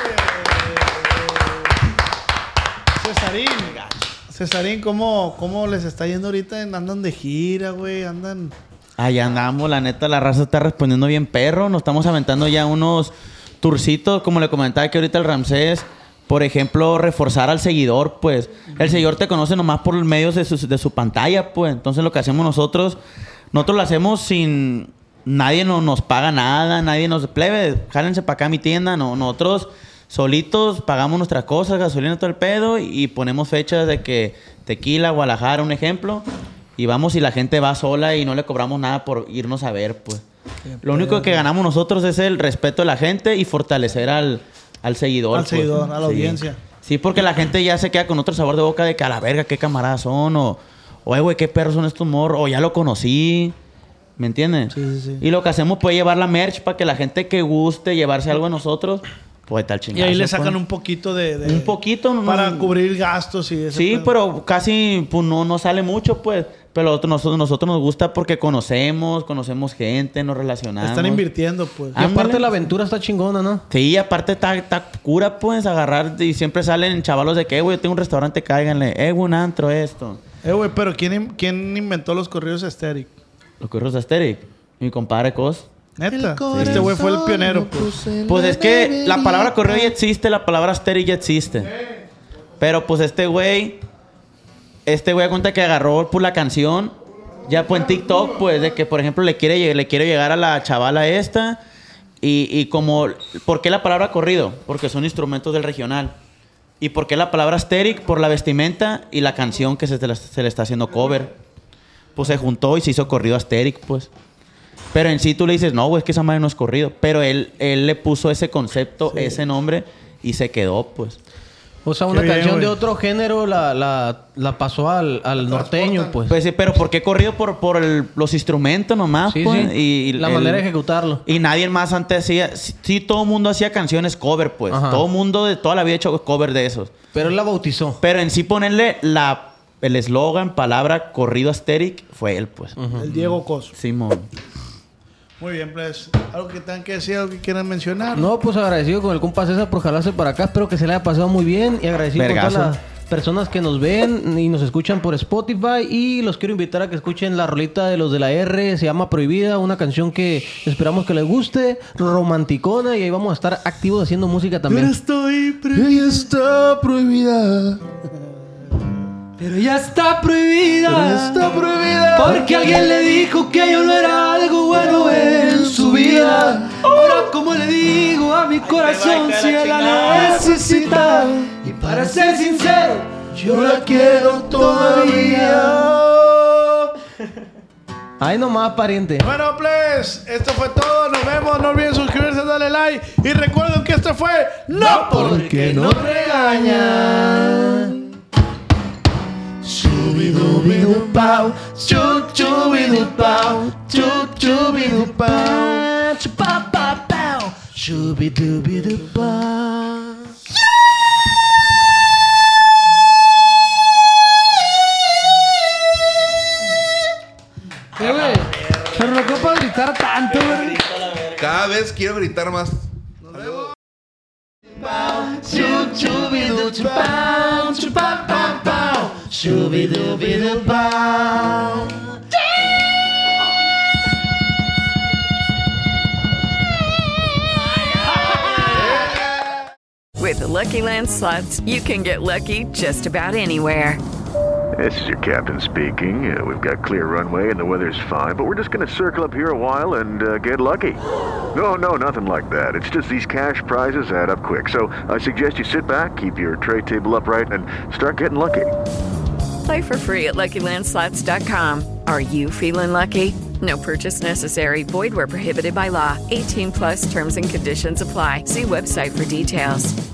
Cesarín, ¿cómo les está yendo ahorita? Andan de gira, güey. Andan... Ahí andamos, la neta, la raza está respondiendo bien perro. Nos estamos aventando ya unos turcitos, como le comentaba que ahorita el Ramsés. Por ejemplo, reforzar al seguidor, pues. El seguidor te conoce nomás por los medios de su pantalla, pues. Entonces lo que hacemos nosotros lo hacemos sin... Nadie nos paga nada, nadie nos... Plebe, jálense para acá a mi tienda. No, nosotros solitos pagamos nuestras cosas, gasolina, todo el pedo. Y ponemos fechas de que Tequila, Guadalajara, un ejemplo. Y vamos y la gente va sola y no le cobramos nada por irnos a ver, pues. Lo único que ganamos nosotros es el respeto de la gente y fortalecer al seguidor. Al pues. seguidor, a la Sí. audiencia. Sí, porque la gente ya se queda con otro sabor de boca de que a la verga, qué camaradas son. O güey, qué perros son estos morros. O ya lo conocí. ¿Me entiendes? Sí, sí, sí. Y lo que hacemos pues llevar la merch para que la gente que guste llevarse algo de nosotros, pues tal Y chingazo. ahí le sacan pues. un poquito de... Un poquito, ¿no? Para cubrir gastos y eso. Sí, pero casi pues, no sale mucho, pues. Pero nosotros nos gusta porque conocemos gente, nos relacionamos. Están invirtiendo, pues. Y aparte Ándale. la aventura está chingona, ¿no? Sí, aparte está cura, pues, agarrar. Y siempre salen chavalos de que, güey, yo tengo un restaurante, cáiganle. Un antro, esto. Güey, pero ¿quién inventó los corridos estéricos? Los correos de Asterix. Mi compadre Cos. Neta. Este güey fue el pionero, pues. Pues es que la palabra correo ya existe, la palabra Asterix ya existe. Pero pues este güey a cuenta que agarró por la canción, ya pues en TikTok, pues, de que por ejemplo le quiere llegar a la chavala esta. Y como, ¿por qué la palabra corrido? Porque son instrumentos del regional. ¿Y por qué la palabra Asterix? Por la vestimenta y la canción que se le está haciendo cover. Pues se juntó y se hizo corrido Asterix, pues. Pero en sí tú le dices, no, güey, es que esa madre no es corrido. Pero él le puso ese concepto, ese nombre, y se quedó, pues. O sea, Qué una bien, canción güey. de otro género la pasó al norteño, pues. Pues sí, pero ¿por qué corrido? Por los instrumentos nomás, Sí, pues. sí. Y La manera de ejecutarlo. Y nadie más antes hacía... Sí, todo el mundo hacía canciones cover, pues. Ajá. Todo el mundo de toda la vida ha hecho cover de esos. Pero él la bautizó. Pero en sí ponerle el eslogan, palabra, corrido Asterix, fue él, pues. El Diego Cos. Simón. Muy bien, pues. ¿Algo que tengan que decir? ¿Algo que quieran mencionar? No, pues agradecido con el compa César por jalarse para acá. Espero que se le haya pasado muy bien. Y agradecido con Vergazo. toda personas que nos ven y nos escuchan por Spotify. Y los quiero invitar a que escuchen la rolita de los de la R. Se llama Prohibida. Una canción que esperamos que les guste. Romanticona. Y ahí vamos a estar activos haciendo música también. Ella está prohibida. Pero ya está prohibida. Pero ya está prohibida. Porque alguien le dijo que yo no era algo bueno en su vida. Ahora, ¿cómo le digo a mi corazón si él la necesita? Y para ser sincero, Yo la quiero todavía. Ahí nomás, pariente. Bueno, pues, esto fue todo. Nos vemos. No olviden suscribirse, darle like. Y recuerden que esto fue No Porque No Regañan. Chubidubidupau, chubidupau, chubidupau, chupapapau, chubidubidupau. güey. Pero no puedo gritar tanto, güey. Cada vez quiero gritar más. With the Lucky Land Slots, you can get lucky just about anywhere. This is your captain speaking. We've got clear runway and the weather's fine, but we're just going to circle up here a while and get lucky. No, nothing like that. It's just these cash prizes add up quick. So I suggest you sit back, keep your tray table upright, and start getting lucky. Play for free at LuckyLandSlots.com. Are you feeling lucky? No purchase necessary. Void where prohibited by law. 18+ terms and conditions apply. See website for details.